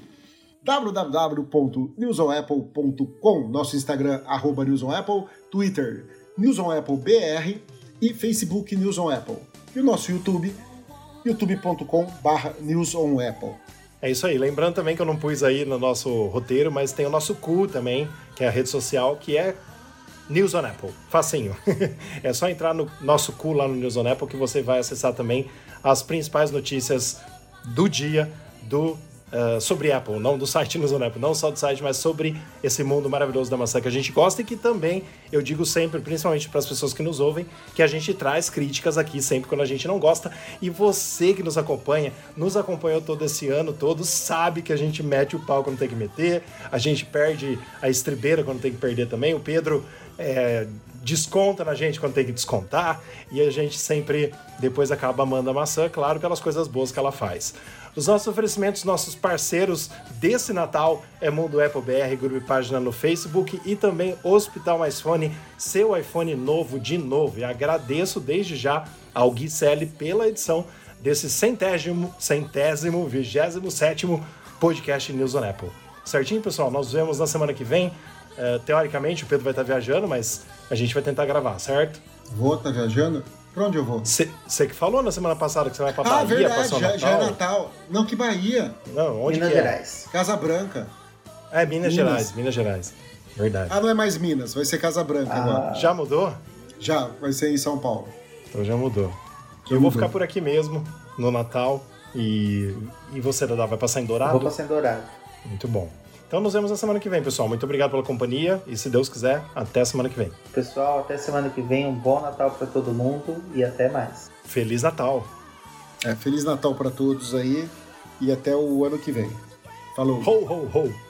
w w w ponto news on apple ponto com, nosso Instagram, arroba newsonapple, Twitter, newsonappleBR e Facebook News on Apple. E o nosso YouTube, youtube ponto com barra newsonapple. É isso aí. Lembrando também que eu não pus aí no nosso roteiro, mas tem o nosso cu também, que é a rede social, que é News on Apple. Facinho. É só entrar no nosso cu lá no News on Apple que você vai acessar também as principais notícias do dia do Uh, sobre Apple, não do site News on Apple, não só do site, mas sobre esse mundo maravilhoso da maçã que a gente gosta e que também, eu digo sempre, principalmente para as pessoas que nos ouvem, que a gente traz críticas aqui sempre quando a gente não gosta, e você que nos acompanha, nos acompanhou todo esse ano todo, sabe que a gente mete o pau quando tem que meter, a gente perde a estribeira quando tem que perder também, o Pedro é, desconta na gente quando tem que descontar, e a gente sempre depois acaba amando a maçã, claro, pelas coisas boas que ela faz. Os nossos oferecimentos, nossos parceiros desse Natal é Mundo Apple B R, grupo e página no Facebook e também Hospital Mais Fone, seu iPhone novo de novo. E agradeço desde já ao Gui Selle pela edição desse centésimo, centésimo, vigésimo sétimo podcast News on Apple. Certinho, pessoal? Nós nos vemos na semana que vem. Uh, teoricamente, o Pedro vai estar viajando, mas a gente vai tentar gravar, certo? Vou, tá viajando? Pra onde eu vou? Você que falou na semana passada que você vai pra Ah, Bahia verdade, passar o já, Natal. já é Natal. Não, que Bahia. Não, onde Minas que é? Gerais. Casa Branca. É, Minas, Minas. Gerais, Minas Gerais. Verdade. Ah, não é mais Minas, vai ser Casa Branca Ah. agora. Já mudou? Já, vai ser em São Paulo. Então já mudou. Já eu vou mudou. ficar por aqui mesmo, no Natal. E, e você, Dadá, vai passar em Dourado? Vou passar em Dourado. Muito bom. Então nos vemos na semana que vem, pessoal. Muito obrigado pela companhia e, se Deus quiser, até semana que vem. Pessoal, até semana que vem. Um bom Natal para todo mundo e até mais. Feliz Natal! É, Feliz Natal pra todos aí e até o ano que vem. Falou. Ho, ho, ho!